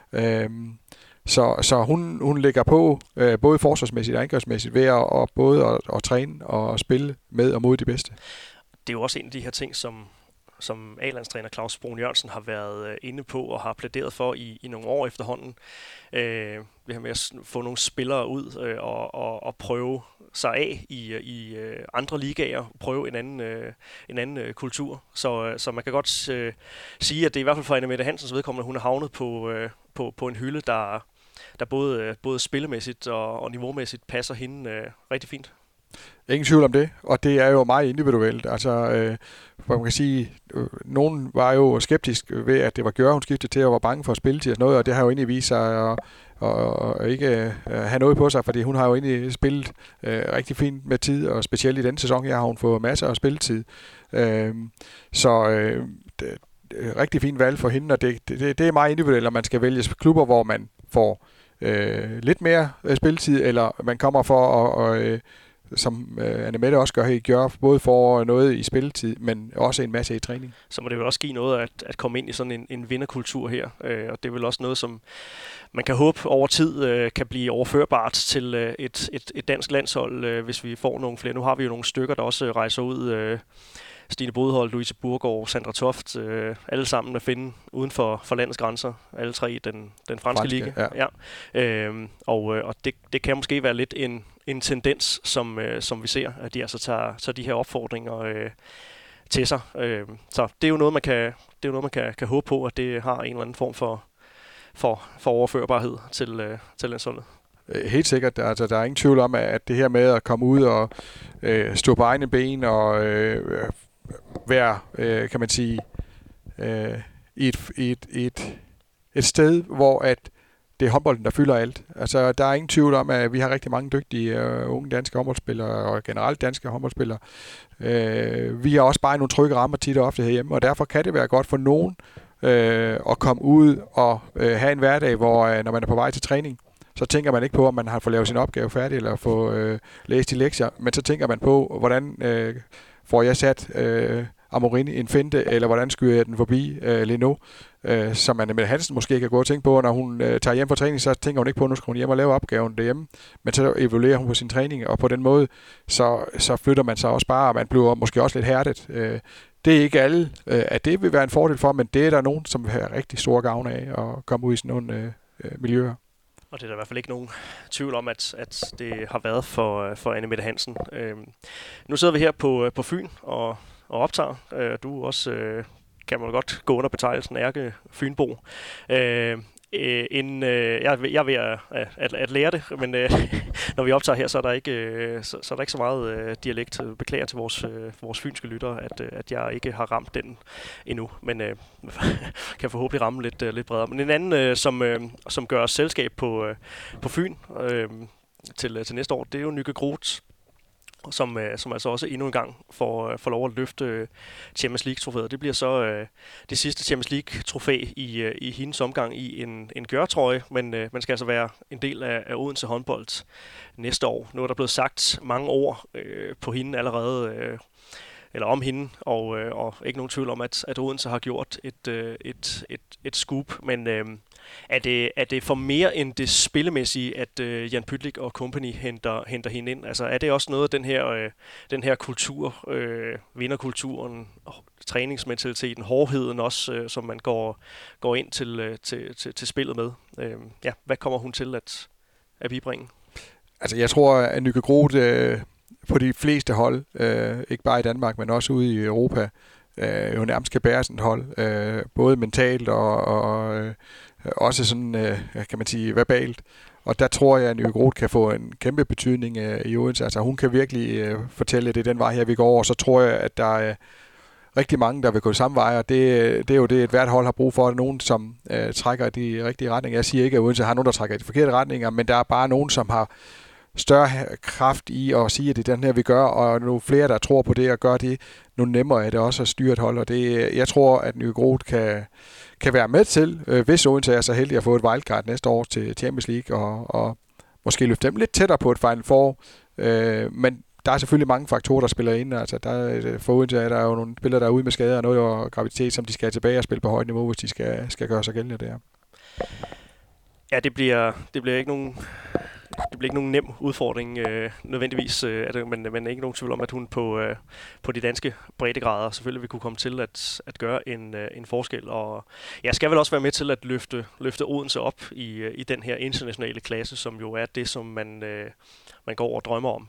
Speaker 3: Så hun ligger på, både forsvarsmæssigt og angrebsmæssigt, ved at både at træne og spille med og mod de bedste.
Speaker 2: Det er jo også en af de her ting, som A-landstræner Claus Brun Jørgensen har været inde på og har plæderet for i nogle år efterhånden. Det her med at få nogle spillere ud og prøve sig af i andre ligaer, prøve en anden kultur. Så man kan godt sige, at det er i hvert fald for Anne-Mette Hansens vedkommende, hun er havnet på en hylde, der både spillemæssigt og niveaumæssigt passer hende rigtig fint.
Speaker 3: Ingen tvivl om det, og det er jo meget individuelt. Altså, man kan sige, nogen var jo skeptisk ved, at det var Gjør, hun skiftede til, og var bange for at spille til og sådan noget, og det har jo egentlig vist sig at ikke have noget på sig, fordi hun har jo egentlig spillet rigtig fint med tid, og specielt i denne sæson her har hun fået masser af spilletid. Rigtig fint valg for hende, og det er meget individuelt, at man skal vælge klubber, hvor man får lidt mere spilletid, eller man kommer for som Anne-Mette også gør både for noget i spilletid, men også en masse i træning.
Speaker 2: Så må det vel også give noget at komme ind i sådan en vinderkultur her, og det er vel også noget, som man kan håbe over tid kan blive overførbart til et dansk landshold, hvis vi får nogle flere. Nu har vi jo nogle stykker, der også rejser ud. Stine Bodhold, Louise Burgaard, Sandra Toft, alle sammen at finde uden for landets grænser. Alle tre i den franske liga. Ja. Og det kan måske være lidt en tendens, som vi ser, at de altså tager de her opfordringer til sig. Så det er jo noget, man kan håbe på, at det har en eller anden form for overførbarhed til landsholdet.
Speaker 3: Helt sikkert. Altså, der er ingen tvivl om, at det her med at komme ud og stå på egne ben og være, kan man sige, i et sted, hvor at det er håndbolden, der fylder alt. Altså, der er ingen tvivl om, at vi har rigtig mange dygtige unge danske håndboldspillere, og generelt danske håndboldspillere. Vi har også bare nogle trygge rammer tit og ofte herhjemme, og derfor kan det være godt for nogen at komme ud og have en hverdag, hvor når man er på vej til træning, så tænker man ikke på, om man har fået lavet sin opgave færdig, eller få læst de lektier, men så tænker man på, hvordan får jeg sat Amorini en finte, eller hvordan skyder jeg den forbi Leno, som Anne-Mette Hansen måske ikke har gået og tænkt på, når hun tager hjem fra træning, så tænker hun ikke på, at nu skal hun hjem og lave opgaven derhjemme, men så evaluerer hun på sin træning, og på den måde, så flytter man sig også bare, og man bliver måske også lidt hærdet. Det er ikke alle, at det vil være en fordel for, men det er der nogen, som vil have rigtig stor gavn af at komme ud i sådan nogle miljøer.
Speaker 2: Og det er der i hvert fald ikke nogen tvivl om, at det har været for Anne-Mette Hansen. Nu sidder vi her på Fyn og optager. Du også, kan man godt gå under betegnelsen ærke Fynbo. Jeg er ved at lære det, men når vi optager her, så er der ikke så meget dialekt. Beklager til vores fynske lyttere, at jeg ikke har ramt den endnu, men kan forhåbentlig ramme lidt bredere. Men en anden, som gør os selskab på Fyn til næste år, det er jo Nygge Groth, som altså også endnu en gang får lov at løfte Champions League-trofæet. Det bliver så det sidste Champions League-trofæ i hendes omgang i en gørtrøje, men man skal altså være en del af Odense håndbold næste år. Nu er der blevet sagt mange ord på hende allerede, eller om hende, og ikke nogen tvivl om, at Odense har gjort et scoop, men er det for mere end det spillemæssige, at Jan Pytlik og company henter hende ind? Altså er det også noget af den her kultur, vinderkulturen, træningsmentaliteten, hårdheden også, som man går ind til spillet med? Hvad kommer hun til at bibringe?
Speaker 3: Altså jeg tror, at Nygge Groth på de fleste hold, ikke bare i Danmark, men også ude i Europa, jo nærmest kan bære sådan et hold, både mentalt og også sådan, kan man sige, verbalt. Og der tror jeg, at Nye Groth kan få en kæmpe betydning i Odense. Altså hun kan virkelig fortælle, at det er den vej her, vi går, og så tror jeg, at der er rigtig mange, der vil gå samme vej, og det er jo det, et hvert hold har brug for. Nogen, som trækker i de rigtige retninger. Jeg siger ikke, at Odense har nogen, der trækker i de forkerte retninger, men der er bare nogen, som har større kraft i at sige, at det er den her, vi gør, og nu flere, der tror på det og gør det, nu nemmere er det også at styre et hold, og det, jeg tror, at Nye Groth kan være med til, hvis Odense er så heldig at få et wildcard næste år til Champions League, og måske løfte dem lidt tættere på et Final Four, men der er selvfølgelig mange faktorer, der spiller ind. Altså, for Odense er der jo nogle spillere, der er ude med skader og noget og graviditet, som de skal tilbage og spille på højt niveau, hvis de skal gøre sig gældende der.
Speaker 2: Ja, det bliver ikke nogen nem udfordring nødvendigvis, men ikke nogen tvivl om, at hun på de danske breddegrader selvfølgelig vil kunne komme til at gøre en forskel. Og jeg skal vel også være med til at løfte Odense op i den her internationale klasse, som jo er det, som man går over og drømmer om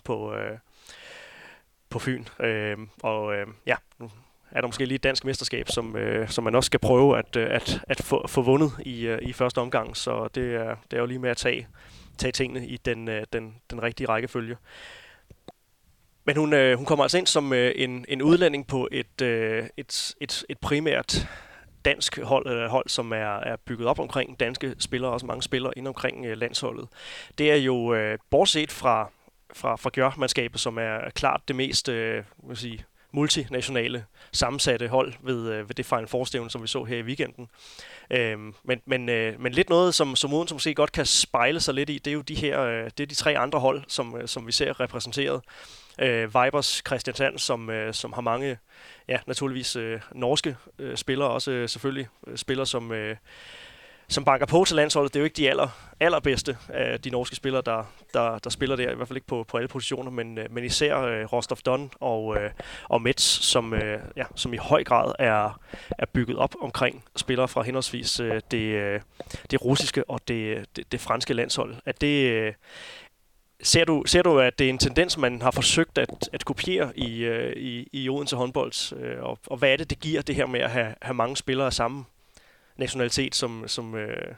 Speaker 2: på Fyn. Ja, nu er der måske lige et dansk mesterskab, som man også skal prøve at få vundet i første omgang, så det er jo lige med at tage tingene i den rigtige rækkefølge. Men hun kommer altså ind som en udlænding på et primært dansk hold, som er bygget op omkring danske spillere, også mange spillere ind omkring landsholdet. Det er jo bortset fra Gjør-mandskabet, som er klart det mest multinationale sammensatte hold ved det Final Four-stævne, som vi så her i weekenden. Men lidt noget, som Odense måske godt kan spejle sig lidt i, det er jo de tre andre hold, som vi ser repræsenteret. Vipers Kristiansand, som har mange, naturligvis norske spillere, også selvfølgelig spillere, som banker på til landsholdet. Det er jo ikke de allerbedste af de norske spillere, der spiller der, i hvert fald ikke på alle positioner, men især Rostov Don og Metz, som i høj grad er bygget op omkring spillere fra henholdsvis det russiske og det franske landshold. At det ser du, at det er en tendens, man har forsøgt at kopiere i Odense håndbold, og hvad er det giver det her med at have mange spillere af samme nationalitet, som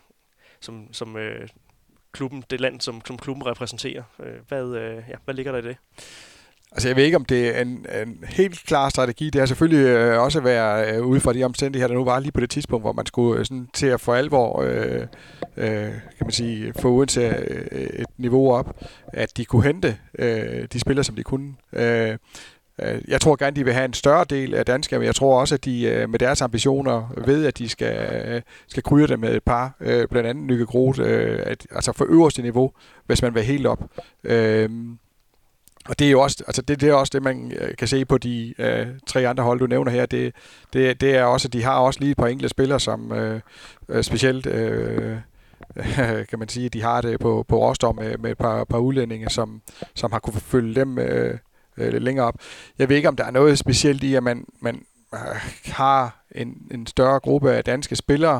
Speaker 2: klubben, det land, som klubben repræsenterer. Hvad ligger der i det?
Speaker 3: Altså jeg ved ikke, om det er en helt klar strategi. Det er selvfølgelig også at være ude fra de omstændigheder, der nu var lige på det tidspunkt, hvor man skulle sådan, til at for alvor kan man sige, få Odense et niveau op, at de kunne hente de spillere, som de kunne. Jeg tror gerne, de vil have en større del af danskere, men jeg tror også, at de med deres ambitioner ved, at de skal krydre dem med et par, blandt andet Nye Groth, altså for øverste niveau, hvis man vil helt op. Og det er jo også, altså det er også det, man kan se på de tre andre hold, du nævner her. Det er også, at de har også lige et par enkelte spillere, som specielt kan man sige, de har det på Rostov med et par udlændinge, som har kunne følge dem lidt længere op. Jeg ved ikke, om der er noget specielt i, at man har en større gruppe af danske spillere.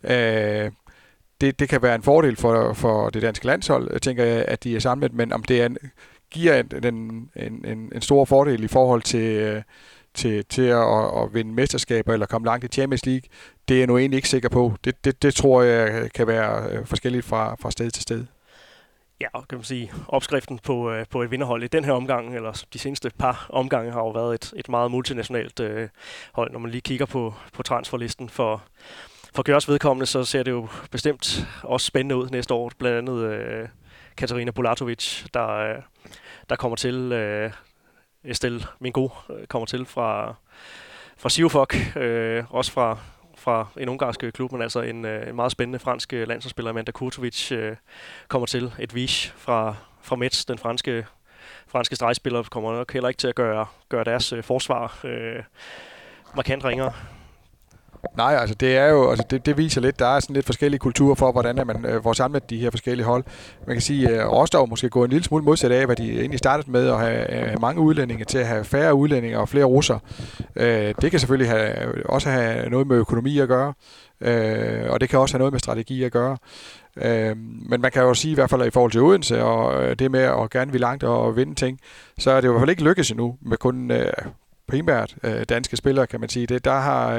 Speaker 3: Det kan være en fordel for det danske landshold, tænker jeg, at de er samlet, men om det giver en stor fordel i forhold til at vinde mesterskaber eller komme langt i Champions League, det er jeg nu egentlig ikke sikker på. Det tror jeg kan være forskelligt fra sted til sted.
Speaker 2: Ja, og kan man sige, opskriften på et vinderhold i den her omgang, eller de seneste par omgange, har jo været et meget multinationalt hold. Når man lige kigger på transferlisten for Gjørs vedkommende, så ser det jo bestemt også spændende ud næste år. Blandt andet Katarina Bulatovic, der kommer til. Estelle Mingo kommer til fra Sivfok, også fra en ungarsk klub, men altså en meget spændende fransk landsholdsspiller, Amanda Kurtovic, kommer til. Edwige fra Metz, den franske stregspiller, kommer nok heller ikke til at gøre deres forsvar markant ringere.
Speaker 3: Nej, altså det er jo, altså det viser lidt, der er sådan lidt forskellige kulturer for, hvordan man får samlet de her forskellige hold. Man kan sige, at Rostov måske gå en lille smule modsat af, hvad de egentlig startede med, at have mange udlændinge til at have færre udlændinge og flere russer. Det kan selvfølgelig også have noget med økonomi at gøre, og det kan også have noget med strategi at gøre. Men man kan jo sige, i hvert fald i forhold til Odense, og det med at gerne vil langt og vinde ting, så er det jo i hvert fald ikke lykkes endnu med kun primært danske spillere, kan man sige. Der har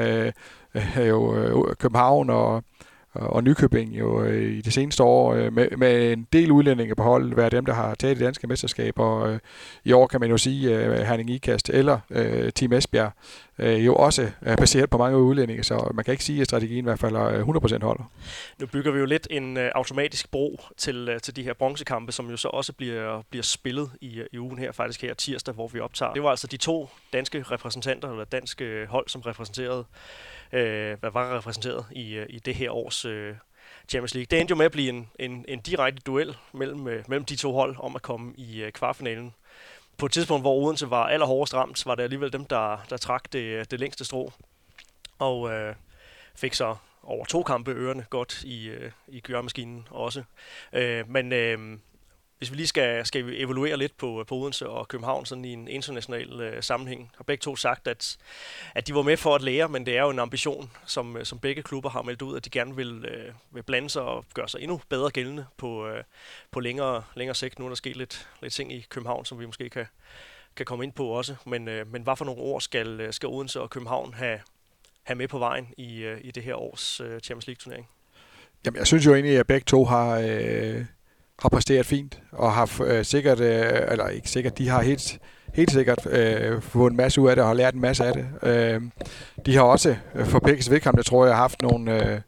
Speaker 3: jo København og Nykøbing jo i de seneste år med en del udlændinge på hold, være dem, der har taget det danske mesterskab, og i år kan man jo sige Herning Ikast eller Team Esbjerg jo også er baseret på mange udlændinge, så man kan ikke sige, at strategien i hvert fald 100% holder.
Speaker 2: Nu bygger vi jo lidt en automatisk bro til de her bronzekampe, som jo så også bliver spillet i ugen her, faktisk her tirsdag, hvor vi optager. Det var altså de 2 danske repræsentanter, eller danske hold, som repræsenterede var repræsenteret i det her års Champions League. Det endte jo med at blive en direkte duel mellem de 2 hold om at komme i kvartfinalen. På et tidspunkt, hvor Odense var allerhårdest ramt, var det alligevel dem, der trak det længste strå. Og fik så over 2 kampe ørerne godt i gøremaskinen også. Men hvis vi lige skal evaluere lidt på Odense og København sådan i en international sammenhæng, har begge to sagt, at de var med for at lære, men det er jo en ambition, som begge klubber har meldt ud, at de gerne vil blande sig og gøre sig endnu bedre gældende på længere sigt. Nu er der sket lidt ting i København, som vi måske kan komme ind på også. Men hvad for nogle ord skal Odense og København have med på vejen i det her års Champions League-turnering?
Speaker 3: Jamen, jeg synes jo egentlig, at begge to har præsteret fint, og har sikkert, eller ikke sikkert, de har helt sikkert fået en masse ud af det, og har lært en masse af det. De har også, for begges vedkommende, tror jeg, haft nogle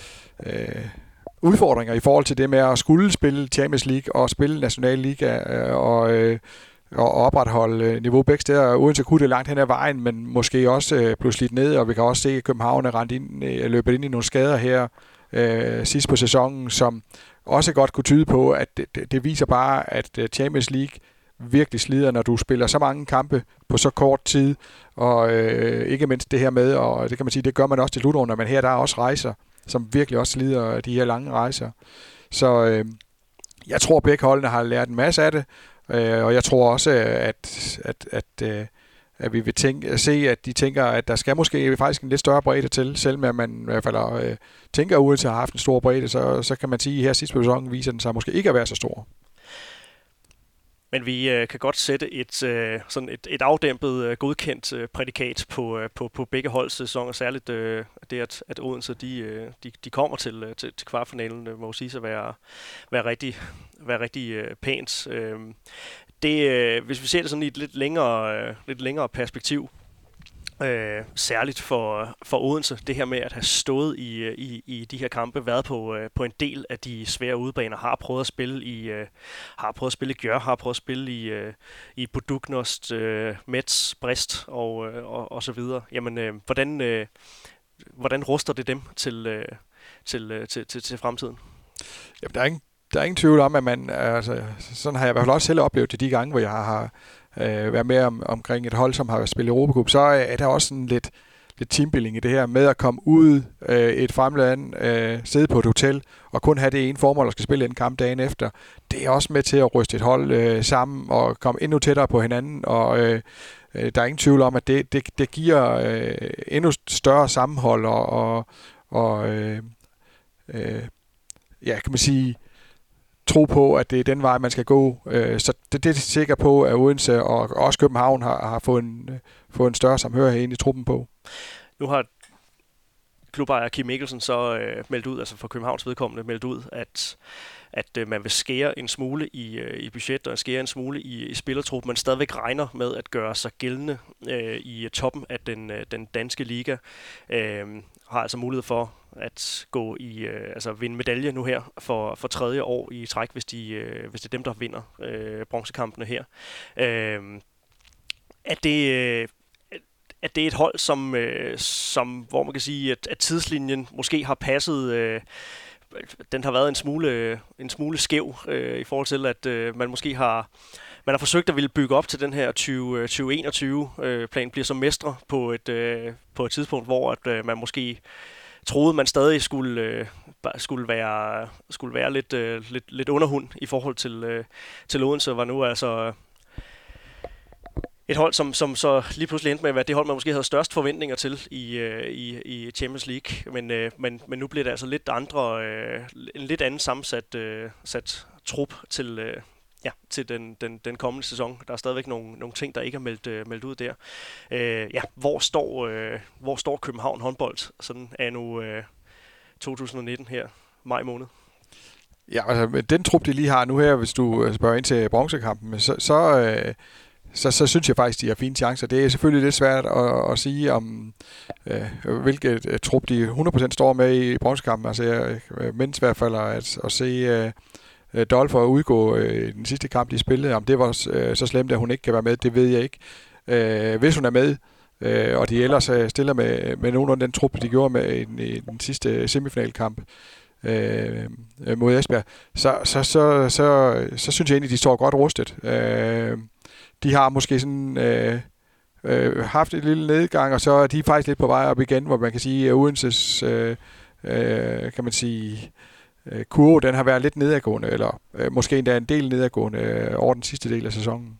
Speaker 3: udfordringer i forhold til det med at skulle spille Champions League og spille National Liga, og opretholde niveau begge steder. Odense kunne det langt hen ad vejen, men måske også blev slidt ned, og vi kan også se, at København er løbet ind i nogle skader her sidst på sæsonen, som også godt kunne tyde på, at det viser bare, at Champions League virkelig slider, når du spiller så mange kampe på så kort tid, og ikke mindst det her med, og det kan man sige, det gør man også til slutrunder, men her der er også rejser, som virkelig også slider de her lange rejser. Så jeg tror, at begge holdene har lært en masse af det, og jeg tror også, at vi vil se, at de tænker, at der skal måske faktisk en lidt større bredde til, selvom at man i hvert fald tænker, at Odense har haft en stor bredde, så kan man sige, at her sidste på sæsonen viser den sig måske ikke at være så stor.
Speaker 2: Men vi kan godt sætte et afdæmpet, godkendt prædikat på begge holds sæsoner, særligt det, at Odense de kommer til kvartfinalen, må sige at være rigtig pænt. Hvis vi ser det sådan i et lidt længere perspektiv, særligt for Odense, det her med at have stået i de her kampe, været på en del af de svære udebaner, har prøvet at spille i Gjør, har prøvet at spille i Buduknost, Metz, Brest og så videre. Jamen, hvordan ruster det dem til fremtiden?
Speaker 3: Jamen, der er ingen tvivl om, at man, altså, sådan har jeg i hvert fald også selv oplevet det de gange, hvor jeg har været med omkring et hold, som har spillet Europacup, så er der også sådan lidt teambuilding i det her med at komme ud et fremland, sidde på et hotel og kun have det ene formål, at skal spille en kamp dagen efter. Det er også med til at ryste et hold sammen og komme endnu tættere på hinanden, og der er ingen tvivl om, at det giver endnu større sammenhold og kan man sige, tro på, at det er den vej, man skal gå. Så det er sikker på, at Odense og også København har fået en større samhørighed ind i truppen på.
Speaker 2: Nu har klubejer Kim Mikkelsen så meldt ud, altså for Københavns vedkommende meldt ud, at man vil skære en smule i budget og skære en smule i spillertruppen, men stadigvæk regner med at gøre sig gældende i toppen af den danske liga. Har altså mulighed for at gå vinde medalje nu her for 3. år i træk, hvis det er dem, der vinder bronzekampene her. Er det et hold, som hvor man kan sige, at tidslinjen måske har passet, den har været en smule skæv i forhold til, at man måske har man har forsøgt at ville bygge op til den her 2021-plan, bliver som mestre på et tidspunkt, hvor at, man måske troede, man stadig skulle være lidt underhund i forhold til Odense, var nu altså et hold, som så lige pludselig endte med at være det hold, man måske havde størst forventninger til i Champions League. Men nu bliver det altså en lidt anden sammensat trup til den kommende sæson. Der er stadigvæk nogle ting, der ikke er meldt ud der. Hvor står København håndbold sådan anno 2019 her, maj måned?
Speaker 3: Ja, altså den trup, de lige har nu her, hvis du spørger ind til bronzekampen, så synes jeg faktisk, de har fine chancer. Det er selvfølgelig lidt svært at sige om, hvilket trup de 100% står med i bronzekampen. Altså jeg mindst i hvert fald at se Dolph udgå i den sidste kamp, de spillede. Om det var så slemt, at hun ikke kan være med, det ved jeg ikke. Hvis hun er med, og de ellers stiller med nogenlunde den trup, de gjorde med i den sidste semifinalkamp mod Esbjerg, så synes jeg egentlig, de står godt rustet. De har måske sådan haft et lille nedgang, og så er de faktisk lidt på vej op igen, hvor man kan sige, at Odenses kan man sige, kurve, den har været lidt nedadgående, eller måske endda en del nedadgående over den sidste del af sæsonen.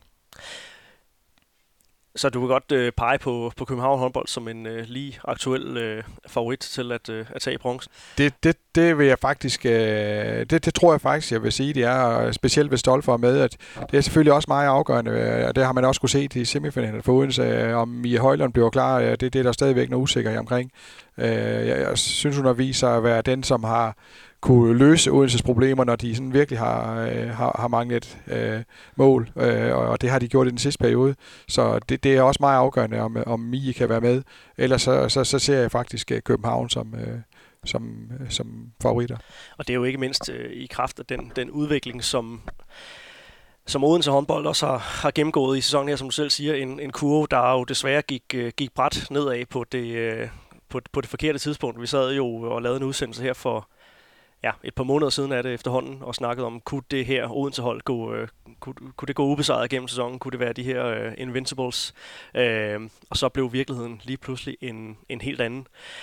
Speaker 2: Så du vil godt pege på København håndbold som en lige aktuel favorit til at tage bronzen?
Speaker 3: Det vil jeg faktisk, det tror jeg faktisk, jeg vil sige, det er specielt hvis Dolph er med, at det er selvfølgelig også meget afgørende, og det har man også kunne se i semifinalen for Odense, om Mia Højlund bliver klar, det er der stadigvæk noget usikkerhed omkring. Jeg synes, hun har vist sig at være den, som har kunne løse Odenses problemer, når de sådan virkelig har manglet mål, og det har de gjort i den sidste periode. Så det er også meget afgørende, om Mie kan være med. Ellers så ser jeg faktisk København som favoritter. Og
Speaker 2: det er jo ikke mindst i kraft af den udvikling, som Odense håndbold også har gennemgået i sæsonen her, som du selv siger, en kurve, der jo desværre gik brat nedad på det forkerte tidspunkt. Vi sad jo og lavede en udsendelse her for et par måneder siden er det efterhånden, og snakkede om, kunne det her Odense-hold kunne det gå ubesejret gennem sæsonen? Kunne det være de her Invincibles? Og så blev virkeligheden lige pludselig en helt anden.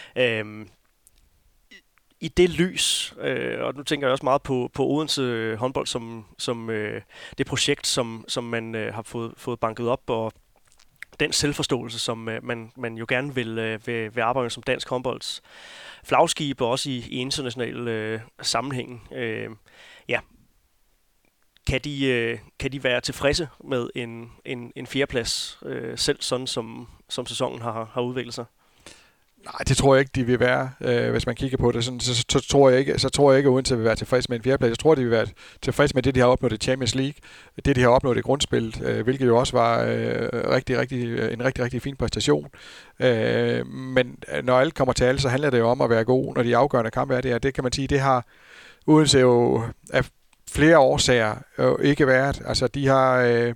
Speaker 2: I det lys, og nu tænker jeg også meget på Odense håndbold som det projekt, som man har fået banket op, og den selvforståelse, som man jo gerne vil arbejde som dansk håndbolds flagskib, og også i international sammenhæng. Kan de være tilfredse med en fjerdeplads, selv sådan som sæsonen har udviklet sig?
Speaker 3: Nej, det tror jeg ikke, de vil være, hvis man kigger på det. Sådan, så tror jeg ikke, at Odense vil være tilfreds med en fjerdeplads. Jeg tror, de vil være tilfreds med det, de har opnået i Champions League, det, de har opnået i grundspillet, hvilket jo også var en rigtig fin præstation. Men når alt kommer til alt, så handler det jo om at være god, når de afgørende kampe er det. Og det kan man sige, det har Odense jo af flere årsager ikke været. Altså, de har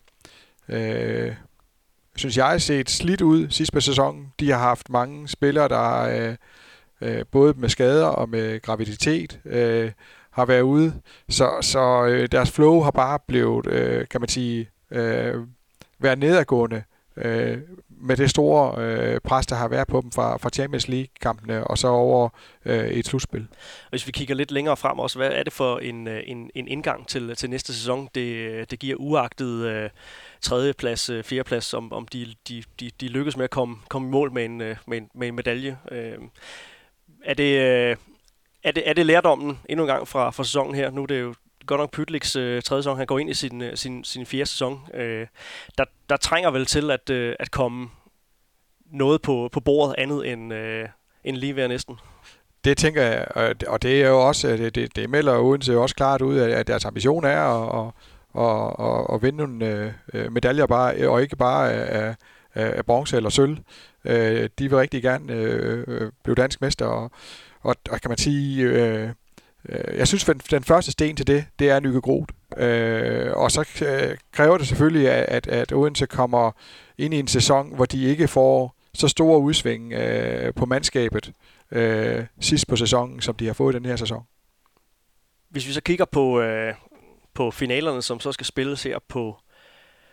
Speaker 3: synes jeg, set slidt ud sidst på sæsonen. De har haft mange spillere, der både med skader og med graviditet har været ude. Så deres flow har bare blevet, kan man sige, været nedadgående med det store pres, der har været på dem fra Champions League-kampene og så over et slutspil.
Speaker 2: Hvis vi kigger lidt længere frem også, hvad er det for en indgang til næste sæson? Det giver uagtet tredjeplads, fjerdeplads, om de lykkes med at komme i mål med en medalje. Er det lærdommen endnu en gang fra sæsonen her? Nu er det jo godt nok Pytliks tredje sæson. Han går ind i sin fjerde sæson. Der trænger vel til at komme noget på bordet andet end lige ved næsten.
Speaker 3: Det tænker jeg, og det er jo også, det melder Odense jo også klart ud, at deres ambition er at vinde nogle medaljer bare, og ikke bare af bronze eller sølv. De vil rigtig gerne blive dansk mester, og kan man sige, jeg synes, den første sten til det er Nyke Groth. Og så kræver det selvfølgelig, at Odense kommer ind i en sæson, hvor de ikke får så store udsving på mandskabet sidst på sæsonen, som de har fået den her sæson.
Speaker 2: Hvis vi så kigger på finalerne, som så skal spilles her på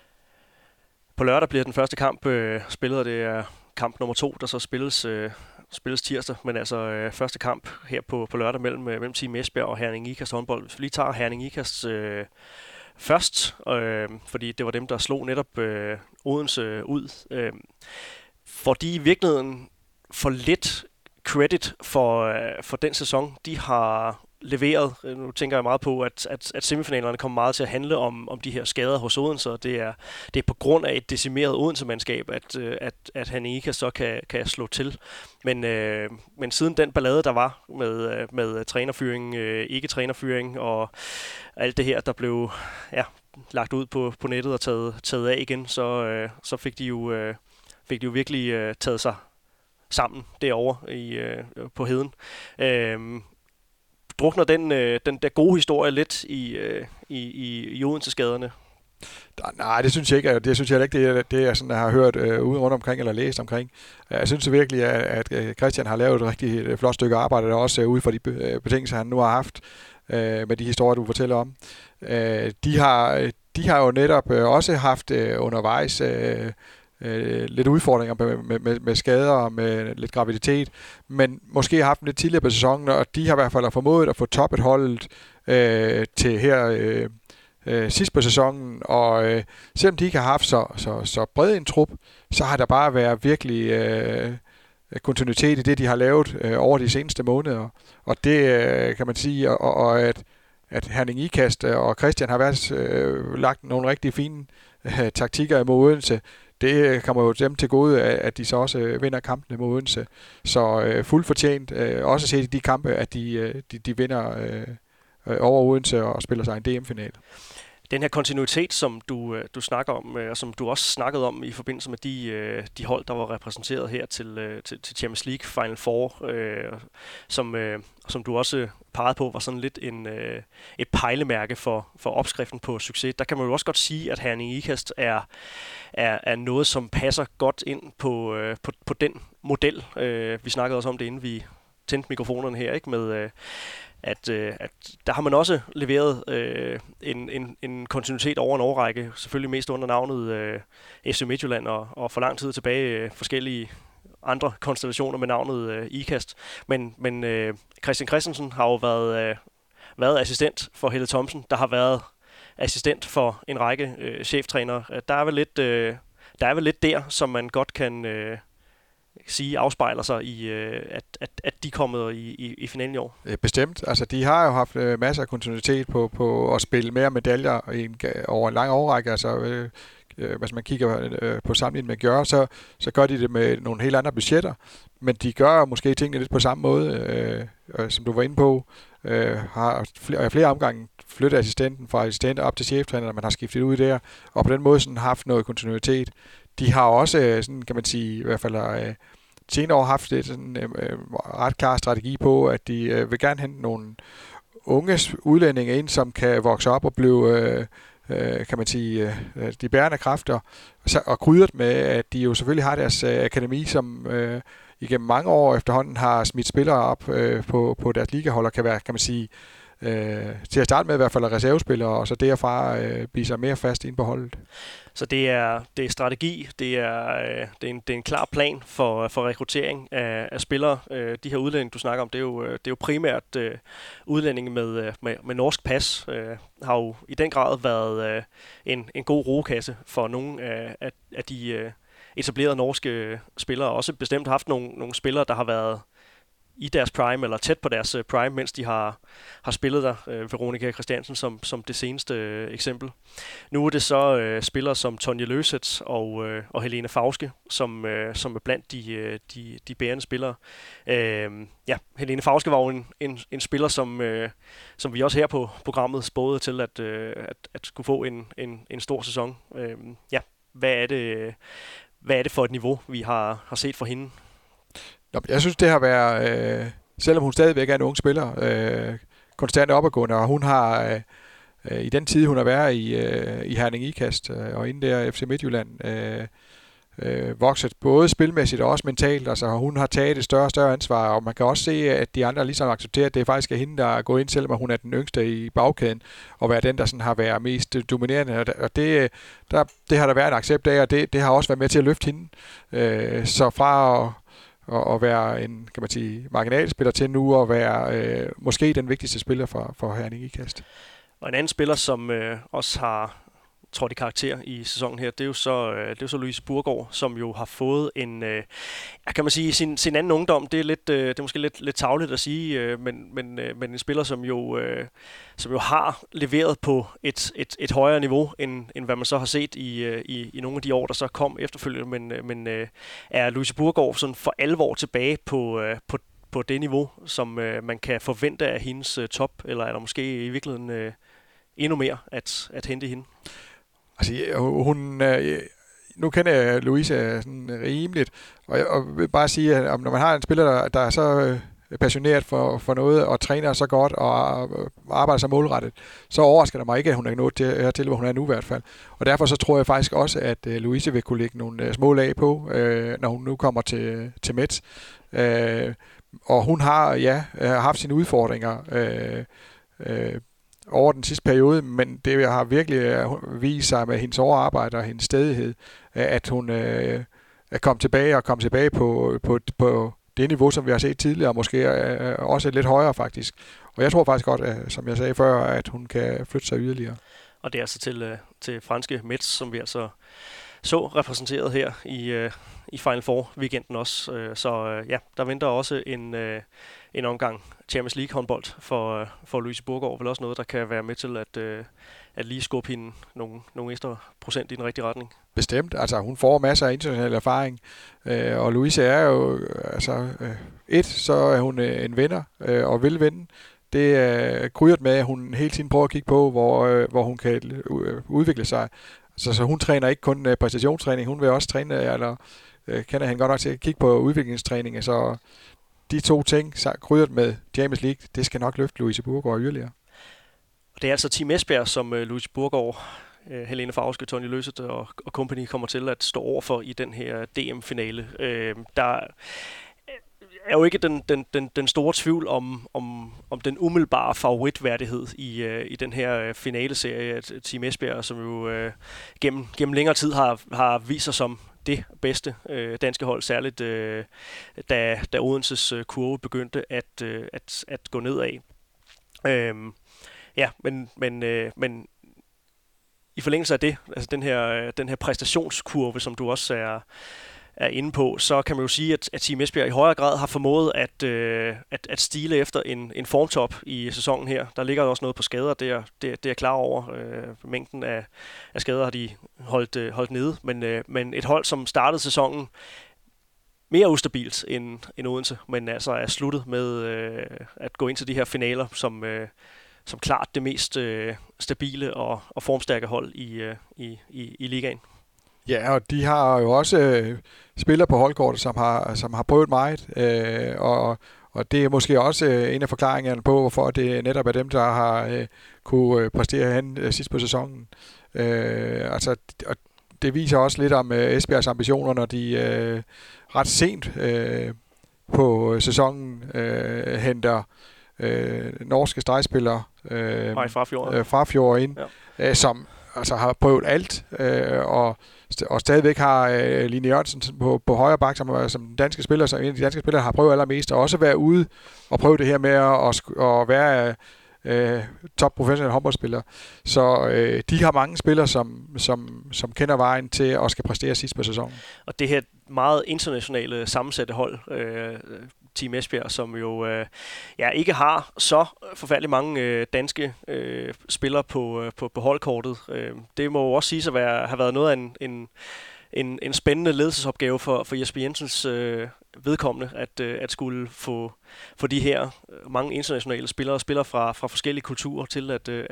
Speaker 2: På lørdag bliver den første kamp spillet, og det er kamp nummer 2, der så spilles tirsdag, men altså første kamp her på lørdag mellem Team Esbjerg og Herning Ikast håndbold. Hvis vi lige tager Herning Ikast først, fordi det var dem, der slog netop Odense ud. For de i virkeligheden for lidt credit for den sæson, de har leveret. Nu tænker jeg meget på, at semifinalerne kommer meget til at handle om de her skader hos Odense, og det er på grund af et decimeret Odense-mandskab, at Herning Ikast så kan slå til. Men siden den ballade, der var med trænerfyring, ikke-trænerfyring og alt det her, der blev lagt ud på nettet og taget af igen, så fik de jo virkelig taget sig sammen derovre på heden. Drukner den der gode historie lidt i Odense-skaderne?
Speaker 3: Nej, det synes jeg ikke. Det synes jeg ikke, det er sådan, jeg har hørt ude rundt omkring eller læst omkring. Jeg synes virkelig, at Christian har lavet et rigtig flot stykke arbejde, der også ude for de betingelser, han nu har haft med de historier, du fortæller om. De har jo netop også haft undervejs lidt udfordringer med skader og med lidt graviditet, men måske har haft dem lidt tidligere på sæsonen, og de har i hvert fald formået at få toppet holdet til her sidst på sæsonen, og selvom de ikke har haft så bred en trup, så har der bare været virkelig kontinuitet i det, de har lavet over de seneste måneder, og det kan man sige, og at Herning Ikast og Christian har været lagt nogle rigtig fine taktikker imod Odense. Det kommer jo dem til gode, at de så også vinder kampene mod Odense. Så fuldt fortjent, også set i de kampe, at de vinder over Odense og spiller sig en DM-final.
Speaker 2: Den her kontinuitet, som du snakker om, og som du også snakkede om i forbindelse med de hold, der var repræsenteret her til Champions League Final Four, som du også pegede på, var sådan lidt et pejlemærke for opskriften på succes. Der kan man jo også godt sige, at Herning Ikast er noget, som passer godt ind på den model. Vi snakkede også om det, inden vi tændte mikrofonerne her, ikke, med at der har man også leveret en kontinuitet over en årrække, selvfølgelig mest under navnet FC Midtjylland og for lang tid tilbage forskellige andre konstellationer med navnet Ikast. Men Christian Christensen har jo været assistent for Helle Thomsen, der har været assistent for en række cheftrænere. Der er vel lidt der, som man godt kan sige afspejler sig i, at de er kommet i finalen i år?
Speaker 3: Bestemt. Altså, de har jo haft masser af kontinuitet på at spille mere medaljer over en lang årrække. Altså, hvis man kigger på sammenligning med Gjør, så gør de det med nogle helt andre budgetter. Men de gør måske tingene lidt på samme måde, som du var inde på. Har flere omgange flyttet assistenten fra assistent op til cheftræner, man har skiftet ud der, og på den måde sådan haft noget kontinuitet. De har også, sådan kan man sige, i hvert fald senere år haft sådan ret klar strategi på, at de vil gerne hente nogle unge udlændinge ind, som kan vokse op og blive, kan man sige, de bærende kræfter, og krydret med, at de jo selvfølgelig har deres akademi, som igennem mange år efterhånden har smidt spillere op på deres ligahold, og kan være, kan man sige, til at starte med i hvert fald reservespillere, og så derfra blive sig mere fast ind på holdet.
Speaker 2: Så det er strategi, det er en klar plan for rekruttering af spillere. De her udlændinge, du snakker om, det er jo primært udlændinge med norsk pas. Har jo i den grad været en god rugekasse for nogle af de etablerede norske spillere. Også bestemt haft nogle spillere, der har været i deres prime, eller tæt på deres prime, mens de har spillet der. Veronica Christiansen som det seneste eksempel. Nu er det så spillere som Tonje Løseth og Helene Fauske, som er blandt de bærende spillere. Helene Fauske var jo en spiller, som vi også her på programmet spåede til at skulle få en stor sæson. Hvad er det for et niveau, vi har set for hende?
Speaker 3: Jeg synes, det har været, selvom hun stadigvæk er en ung spiller, konstant opadgående, og hun har i den tid, hun har været i Herning Ikast, og inden der FC Midtjylland, vokset både spilmæssigt og også mentalt. Altså hun har taget et større og større ansvar, og man kan også se, at de andre ligesom accepterer, at det faktisk er hende, der er gået ind, selvom hun er den yngste i bagkæden, og være den, der sådan har været mest dominerende. Og det har der været en accept af, og det har også været med til at løfte hende. Så fra at være en, kan man sige, marginalspiller til nu at være måske den vigtigste spiller for Herning Ikast.
Speaker 2: Og en anden spiller, som også har trådt i karakter i sæsonen her, det er jo så Louise Burgaard, som jo har fået en, kan man sige, sin anden ungdom. Det er måske lidt tarveligt at sige, men en spiller, som jo har leveret på et højere niveau, end hvad man så har set i nogle af de år, der så kom efterfølgende. Men er Louise Burgaard sådan for alvor tilbage på det niveau, som man kan forvente af hendes top, eller er der måske i virkeligheden endnu mere at hente hende?
Speaker 3: Altså, nu kender jeg Louise sådan rimeligt, og vil bare sige, at når man har en spiller, der er så passioneret for noget, og træner så godt, og arbejder så målrettet, så overrasker det mig ikke, at hun er nået til, hvor hun er nu i hvert fald. Og derfor så tror jeg faktisk også, at Louise vil kunne lægge nogle små lag på, når hun nu kommer til Mets. Og hun har, haft sine udfordringer, over den sidste periode, men det har virkelig vist sig med hendes overarbejde og hendes stædighed, at hun er kommet tilbage på det niveau, som vi har set tidligere, og måske også lidt højere faktisk. Og jeg tror faktisk godt, som jeg sagde før, at hun kan flytte sig yderligere.
Speaker 2: Og det er altså til franske Mets, som vi altså så repræsenteret her i Final Four weekenden også. Så der venter også en omgang Champions League håndbold for Louise Burgaard. Vel også noget, der kan være med til at lige skubbe hende nogle ekstra procent i den rigtige retning.
Speaker 3: Bestemt. Altså hun får masser af international erfaring, og Louise er jo så er hun en vinder og vil vinde. Det er kryret med, at hun hele tiden prøver at kigge på, hvor hun kan udvikle sig. Så hun træner ikke kun præstationstræning, hun vil også træne, eller kender han godt nok til at kigge på udviklingstræning. Så de to ting, krydret med Champions League, det skal nok løfte Louise Burgaard yderligere.
Speaker 2: Det er altså Team Esbjerg, som Louise Burgaard, Helene Favrske, Tonje Løseth og company kommer til at stå overfor i den her DM-finale. Der er jo ikke den store tvivl om den umiddelbare favoritværdighed i den her finaleserie. Team Esbjerg, som jo gennem længere tid har vist sig som det bedste danske hold, særligt da Odenses kurve begyndte at gå nedad. Men i forlængelse af det, altså den her præstationskurve, som du også er inde på, så kan man jo sige, at Team Esbjerg i højere grad har formået at stile efter en formtop i sæsonen her. Der ligger også noget på skader, det er klar over. Mængden af skader har de holdt nede, men et hold, som startede sæsonen mere ustabilt end Odense, men altså er sluttet med at gå ind til de her finaler som klart det mest stabile og formstærke hold i ligaen.
Speaker 3: Ja, og de har jo også spillere på holdkortet, som har prøvet meget, og det er måske også en af forklaringerne på, hvorfor det netop er dem, der har kunne præstere hen sidst på sæsonen. Og det viser også lidt om Esbjergs ambitioner, når de ret sent på sæsonen henter norske stregspillere fra Fjord ind, som altså har prøvet alt, og stadigvæk har Line Jørgensen på højre bak, som danske spiller, som en af de danske spillere har prøvet allermest, og også være ude og prøve det her med at være top professionelle håndboldspillere. Så de har mange spillere, som kender vejen til at skal præstere sidst på sæsonen. Og
Speaker 2: det her meget internationale sammensatte hold, Team Esbjerg, som jo ikke har så forfærdeligt mange danske spillere på holdkortet. Det må jo også siges at have været noget af en spændende ledelsesopgave for Jesper Jensens vedkommende, at skulle få de her mange internationale spillere fra forskellige kulturer til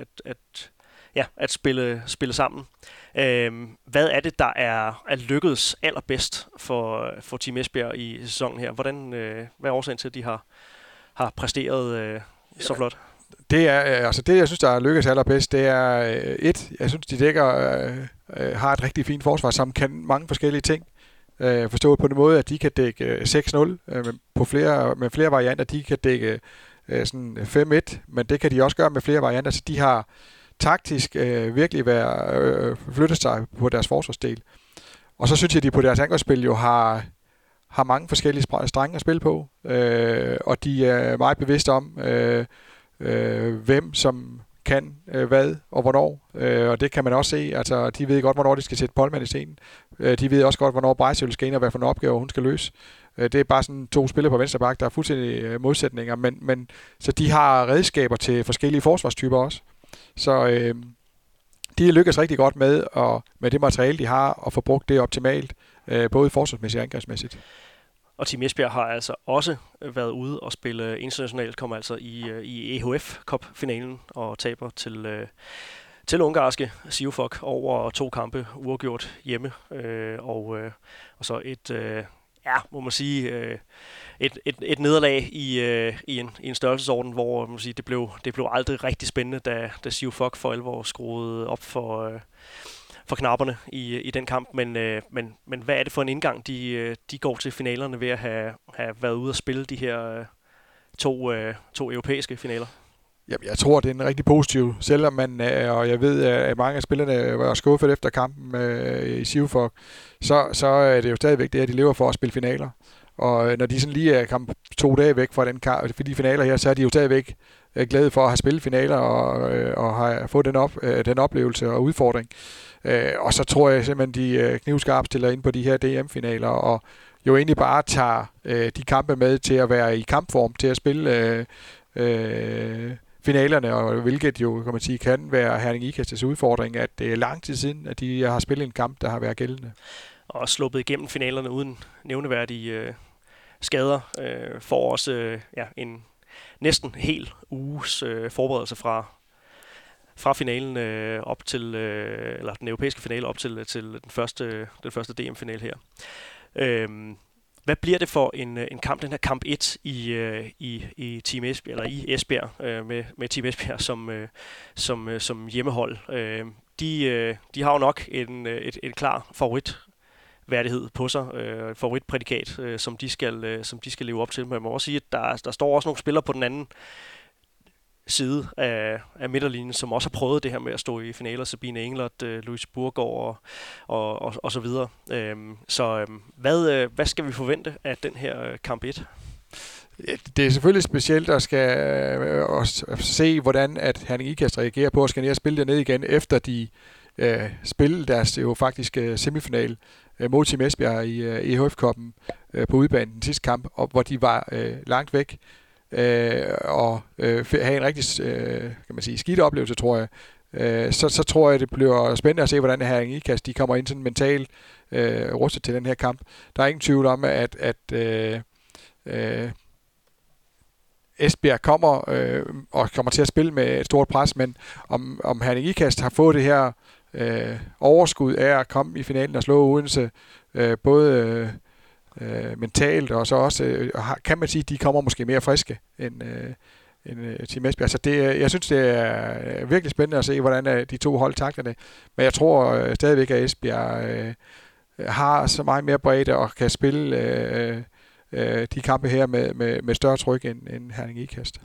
Speaker 2: at spille sammen. Hvad er det, der er lykkedes allerbedst for Team Esbjerg i sæsonen her? Hvad er årsagen til, at de har præsteret så flot?
Speaker 3: Det jeg synes, der er lykkedes allerbedst, det er jeg synes, de har et rigtig fint forsvar, som kan mange forskellige ting. Forstået på den måde, at de kan dække 6-0 med flere varianter. De kan dække sådan 5-1, men det kan de også gøre med flere varianter, så de har taktisk virkelig flyttet sig på deres forsvarsdel. Og så synes jeg, at de på deres angrebsspil jo har mange forskellige strenge at spille på, og de er meget bevidste om, hvem som kan hvad og hvornår, og det kan man også se. Altså, de ved godt, hvornår de skal sætte Pollmann i scenen. De ved også godt, hvornår Bejsøl skal ind og hvad for en opgave, hun skal løse. Det er bare sådan 2 spillere på venstre bak, der er fuldstændig modsætninger, men så de har redskaber til forskellige forsvarstyper også. Så de lykkes rigtig godt med det materiale, de har, at få brugt det optimalt, både forsvarsmæssigt og angrebsmæssigt. Og
Speaker 2: Team Esbjerg har altså også været ude og spille internationalt, kommer altså i EHF Cup-finalen og taber til ungarske Siufok over 2 kampe uafgjort hjemme, og så må man sige, et nederlag i en størrelsesorden, hvor man sige, det blev aldrig rigtig spændende, da Siufok for alvor skruede op for knapperne i den kamp, men hvad er det for en indgang, de går til finalerne ved at have været ude og spille de her to europæiske finaler?
Speaker 3: Jamen, jeg tror, det er en rigtig positiv, selvom man, og jeg ved, at mange af spillerne var skuffet efter kampen i Siufok, så er det jo stadigvæk det, at de lever for at spille finaler. Og når de sådan lige er kommet 2 dage væk fra de finaler her, så er de jo stadigvæk glade for at have spillet finaler og have fået den oplevelse og udfordring. Og så tror jeg simpelthen, de knivskarpt stiller ind på de her DM-finaler, og jo egentlig bare tager de kampe med til at være i kampform, til at spille finalerne, og hvilket jo, kan man sige, kan være Herning Ikastes udfordring, at det er lang tid siden, at de har spillet en kamp, der har været gældende.
Speaker 2: Og sluppet igennem finalerne uden nævneværdige skader, får også en næsten hel uges forberedelse fra finalen op til, eller den europæiske finale op til den første DM-finale her. Hvad bliver det for en kamp, den her kamp 1 i Team Esbjerg, eller i Esbjerg, med Team Esbjerg som hjemmehold? De har jo nok en klar favoritværdighed på sig, favoritprædikat, som de skal leve op til. Men man må også sige, at der står også nogle spillere på den anden side af midterlinjen, som også har prøvet det her med at stå i finaler. Sabine Englert, Louise Burgård og så videre. Hvad skal vi forvente af den her kamp 1?
Speaker 3: Det er selvfølgelig specielt at skal se, hvordan at Herning Ikast reagerer på at skal ned og spille dernede igen, efter de spillede deres jo faktisk semifinal mod Team Esbjerg i EHF-koppen på udebanen den sidste kamp, hvor de var langt væk. Og have en rigtig kan man sige, skidt oplevelse, tror jeg. Så tror jeg, det bliver spændende at se, hvordan Herning Ikast de kommer ind sådan mentalt rustet til den her kamp. Der er ingen tvivl om, at Esbjerg kommer til at spille med et stort pres, men om Herning Ikast har fået det her overskud af at komme i finalen og slå Odense, både mentalt, og så også kan man sige, at de kommer måske mere friske end Team Esbjerg. Så jeg synes, det er virkelig spændende at se, hvordan de 2 hold takler det. Men jeg tror stadigvæk, at Esbjerg har så meget mere bredde og kan spille de kampe her med større tryk end Herning Ikast.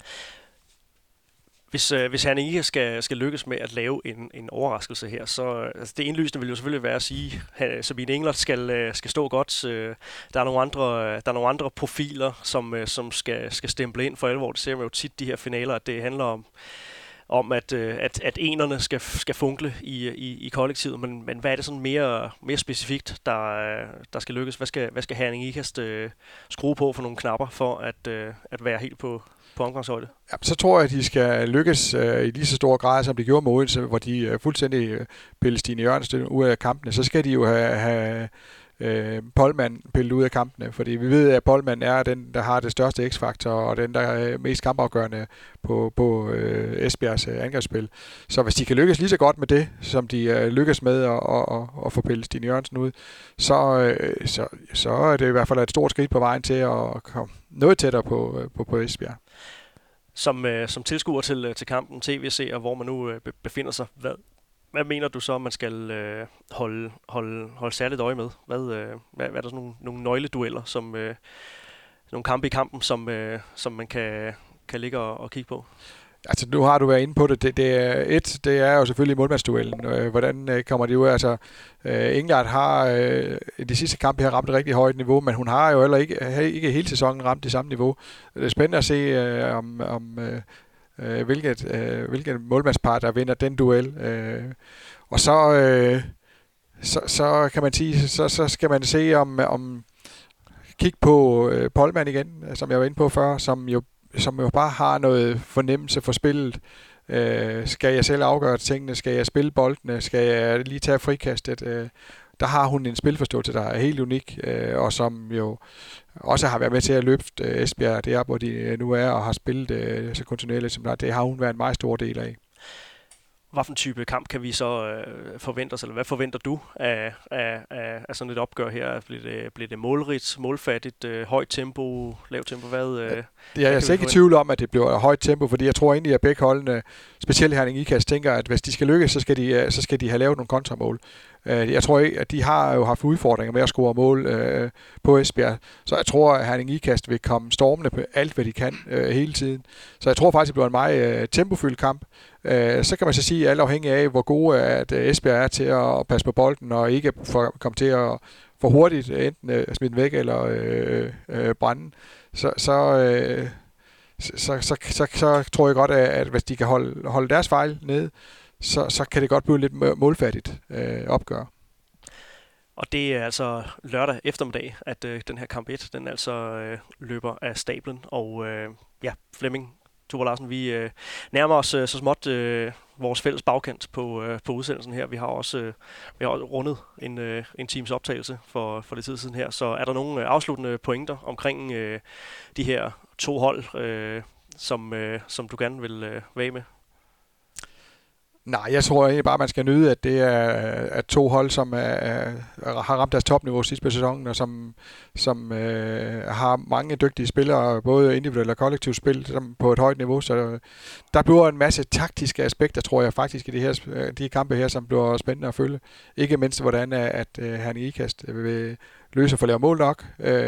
Speaker 2: Hvis Herning Ikast skal lykkes med at lave en overraskelse her, så altså det indlysende vil jo selvfølgelig være at sige, at Sabine Englert skal stå godt. Der er nogle andre profiler, som skal stemple ind for alvor. Det ser man jo tit de her finaler, at det handler om at enerne skal funkle i kollektivet, men hvad er det sådan mere specifikt, der skal lykkes? Hvad skal Herning Ikast skrue på for nogle knapper for at være helt på omgangshøjde?
Speaker 3: Ja, så tror jeg, at de skal lykkes i lige så stor grad, som de gjorde med Odense, hvor de fuldstændig pillede Stine Jørgensen ud af kampene. Så skal de jo have Pollmann pillet ud af kampene, fordi vi ved, at Pollmann er den, der har det største x-faktor, og den, der er mest kampafgørende på Esbjergs angrebsspil. Så hvis de kan lykkes lige så godt med det, som de lykkes med at få pillet Stine Jørgensen ud, så er det i hvert fald et stort skridt på vejen til at komme noget tættere på Esbjerg.
Speaker 2: Som tilskuer til kampen, tv-seer, hvor man nu befinder sig, Hvad mener du så, man skal holde særligt øje med? Hvad er der sådan nogle nøgledueller, nogle kampe i kampen, som man kan ligge og kigge på?
Speaker 3: Altså, nu har du været inde på det. Det er jo selvfølgelig målmandsduellen. Hvordan kommer de ud? Altså, England har i de sidste kampe her ramt et rigtig højt niveau, men hun har jo heller ikke hele sæsonen ramt det samme niveau. Det er spændende at se, hvilken målmandspar, der vinder den duel. Og så kan man sige, så skal man se om kigge på Pollmann igen, som jeg var inde på før, som jo bare har noget fornemmelse for spillet. Skal jeg selv afgøre tingene? Skal jeg spille boldene? Skal jeg lige tage frikastet? Der har hun en spilforståelse, der er helt unik, og som jo også har været med til at løfte Esbjerg der, hvor de nu er, og har spillet så kontinuerligt som der. Det har hun været en meget stor del af.
Speaker 2: Hvad for en type kamp kan vi så forvente os, eller hvad forventer du af sådan et opgør her? Bliver det målrigt, målfattigt, højt tempo, lavt tempo?
Speaker 3: Jeg er ikke i tvivl om, at det bliver højt tempo, fordi jeg tror egentlig, at begge holdene, specielt Herning Ikast, tænker, at hvis de skal lykkes, så skal de have lavet nogle kontramål. Jeg tror ikke, at de har jo haft udfordringer med at score mål på Esbjerg, så jeg tror, at Herning Ikast vil komme stormende på alt, hvad de kan hele tiden. Så jeg tror faktisk, det bliver en meget tempofyldt kamp. Så kan man så sige, alt afhængig af, hvor gode at Esbjerg er til at passe på bolden, og ikke komme til at for hurtigt enten smide den væk eller brænde. Så tror jeg godt, at hvis de kan holde deres fejl nede, så kan det godt blive lidt målfattigt opgør.
Speaker 2: Og det er altså lørdag eftermiddag, at den her kamp 1, den altså løber af stablen. Og Flemming Thor Larsen, vi nærmer os så småt vores fælles bagkant på udsendelsen her. Vi har også rundet en times optagelse for det tid siden her. Så er der nogle afsluttende pointer omkring de her to hold, som du gerne vil væge med?
Speaker 3: Nej, jeg tror egentlig bare, man skal nyde, at det er to hold, som har ramt deres topniveau sidst på sæsonen, og som har mange dygtige spillere, både individuelt og kollektivt spil, på et højt niveau. Så der bliver en masse taktiske aspekter, tror jeg faktisk, i de kampe her, som bliver spændende at følge. Ikke mindst, hvordan at Herning Ikast vil løse for at lave mål nok,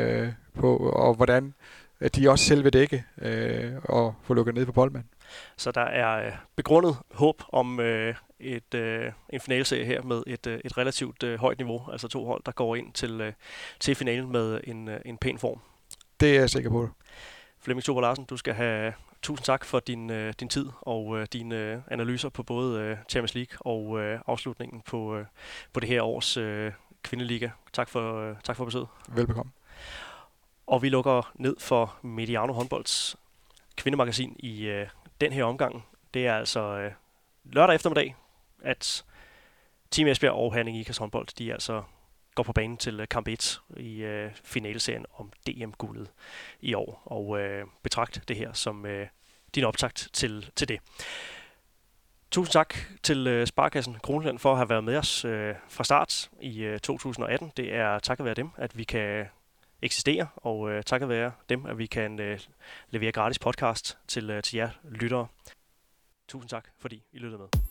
Speaker 3: og hvordan de også selv vil dække og få lukket ned på Pollmann.
Speaker 2: Så der er begrundet håb om en finaleserie her med et relativt højt niveau, altså to hold, der går ind til finalen med en pæn form.
Speaker 3: Det er jeg sikker på.
Speaker 2: Flemming Thor Larsen, du skal have tusind tak for din tid og dine analyser på både Champions League og afslutningen på det her års kvindeliga. Tak for besøget.
Speaker 3: Velbekomme.
Speaker 2: Og vi lukker ned for Mediano Håndbolds kvindemagasin i den her omgang. Det er altså lørdag eftermiddag, at Team Esbjerg og Herning Ikast håndbold, de altså går på banen til kamp 1 i finaleserien om DM-guldet i år. Og betragt det her som din optakt til det. Tusind tak til Sparekassen Kronjylland for at have været med os fra start i 2018. Det er takket være dem, at vi kan eksistere, og takket være dem, at vi kan levere gratis podcast til jer lyttere. Tusind tak, fordi I lyttede med.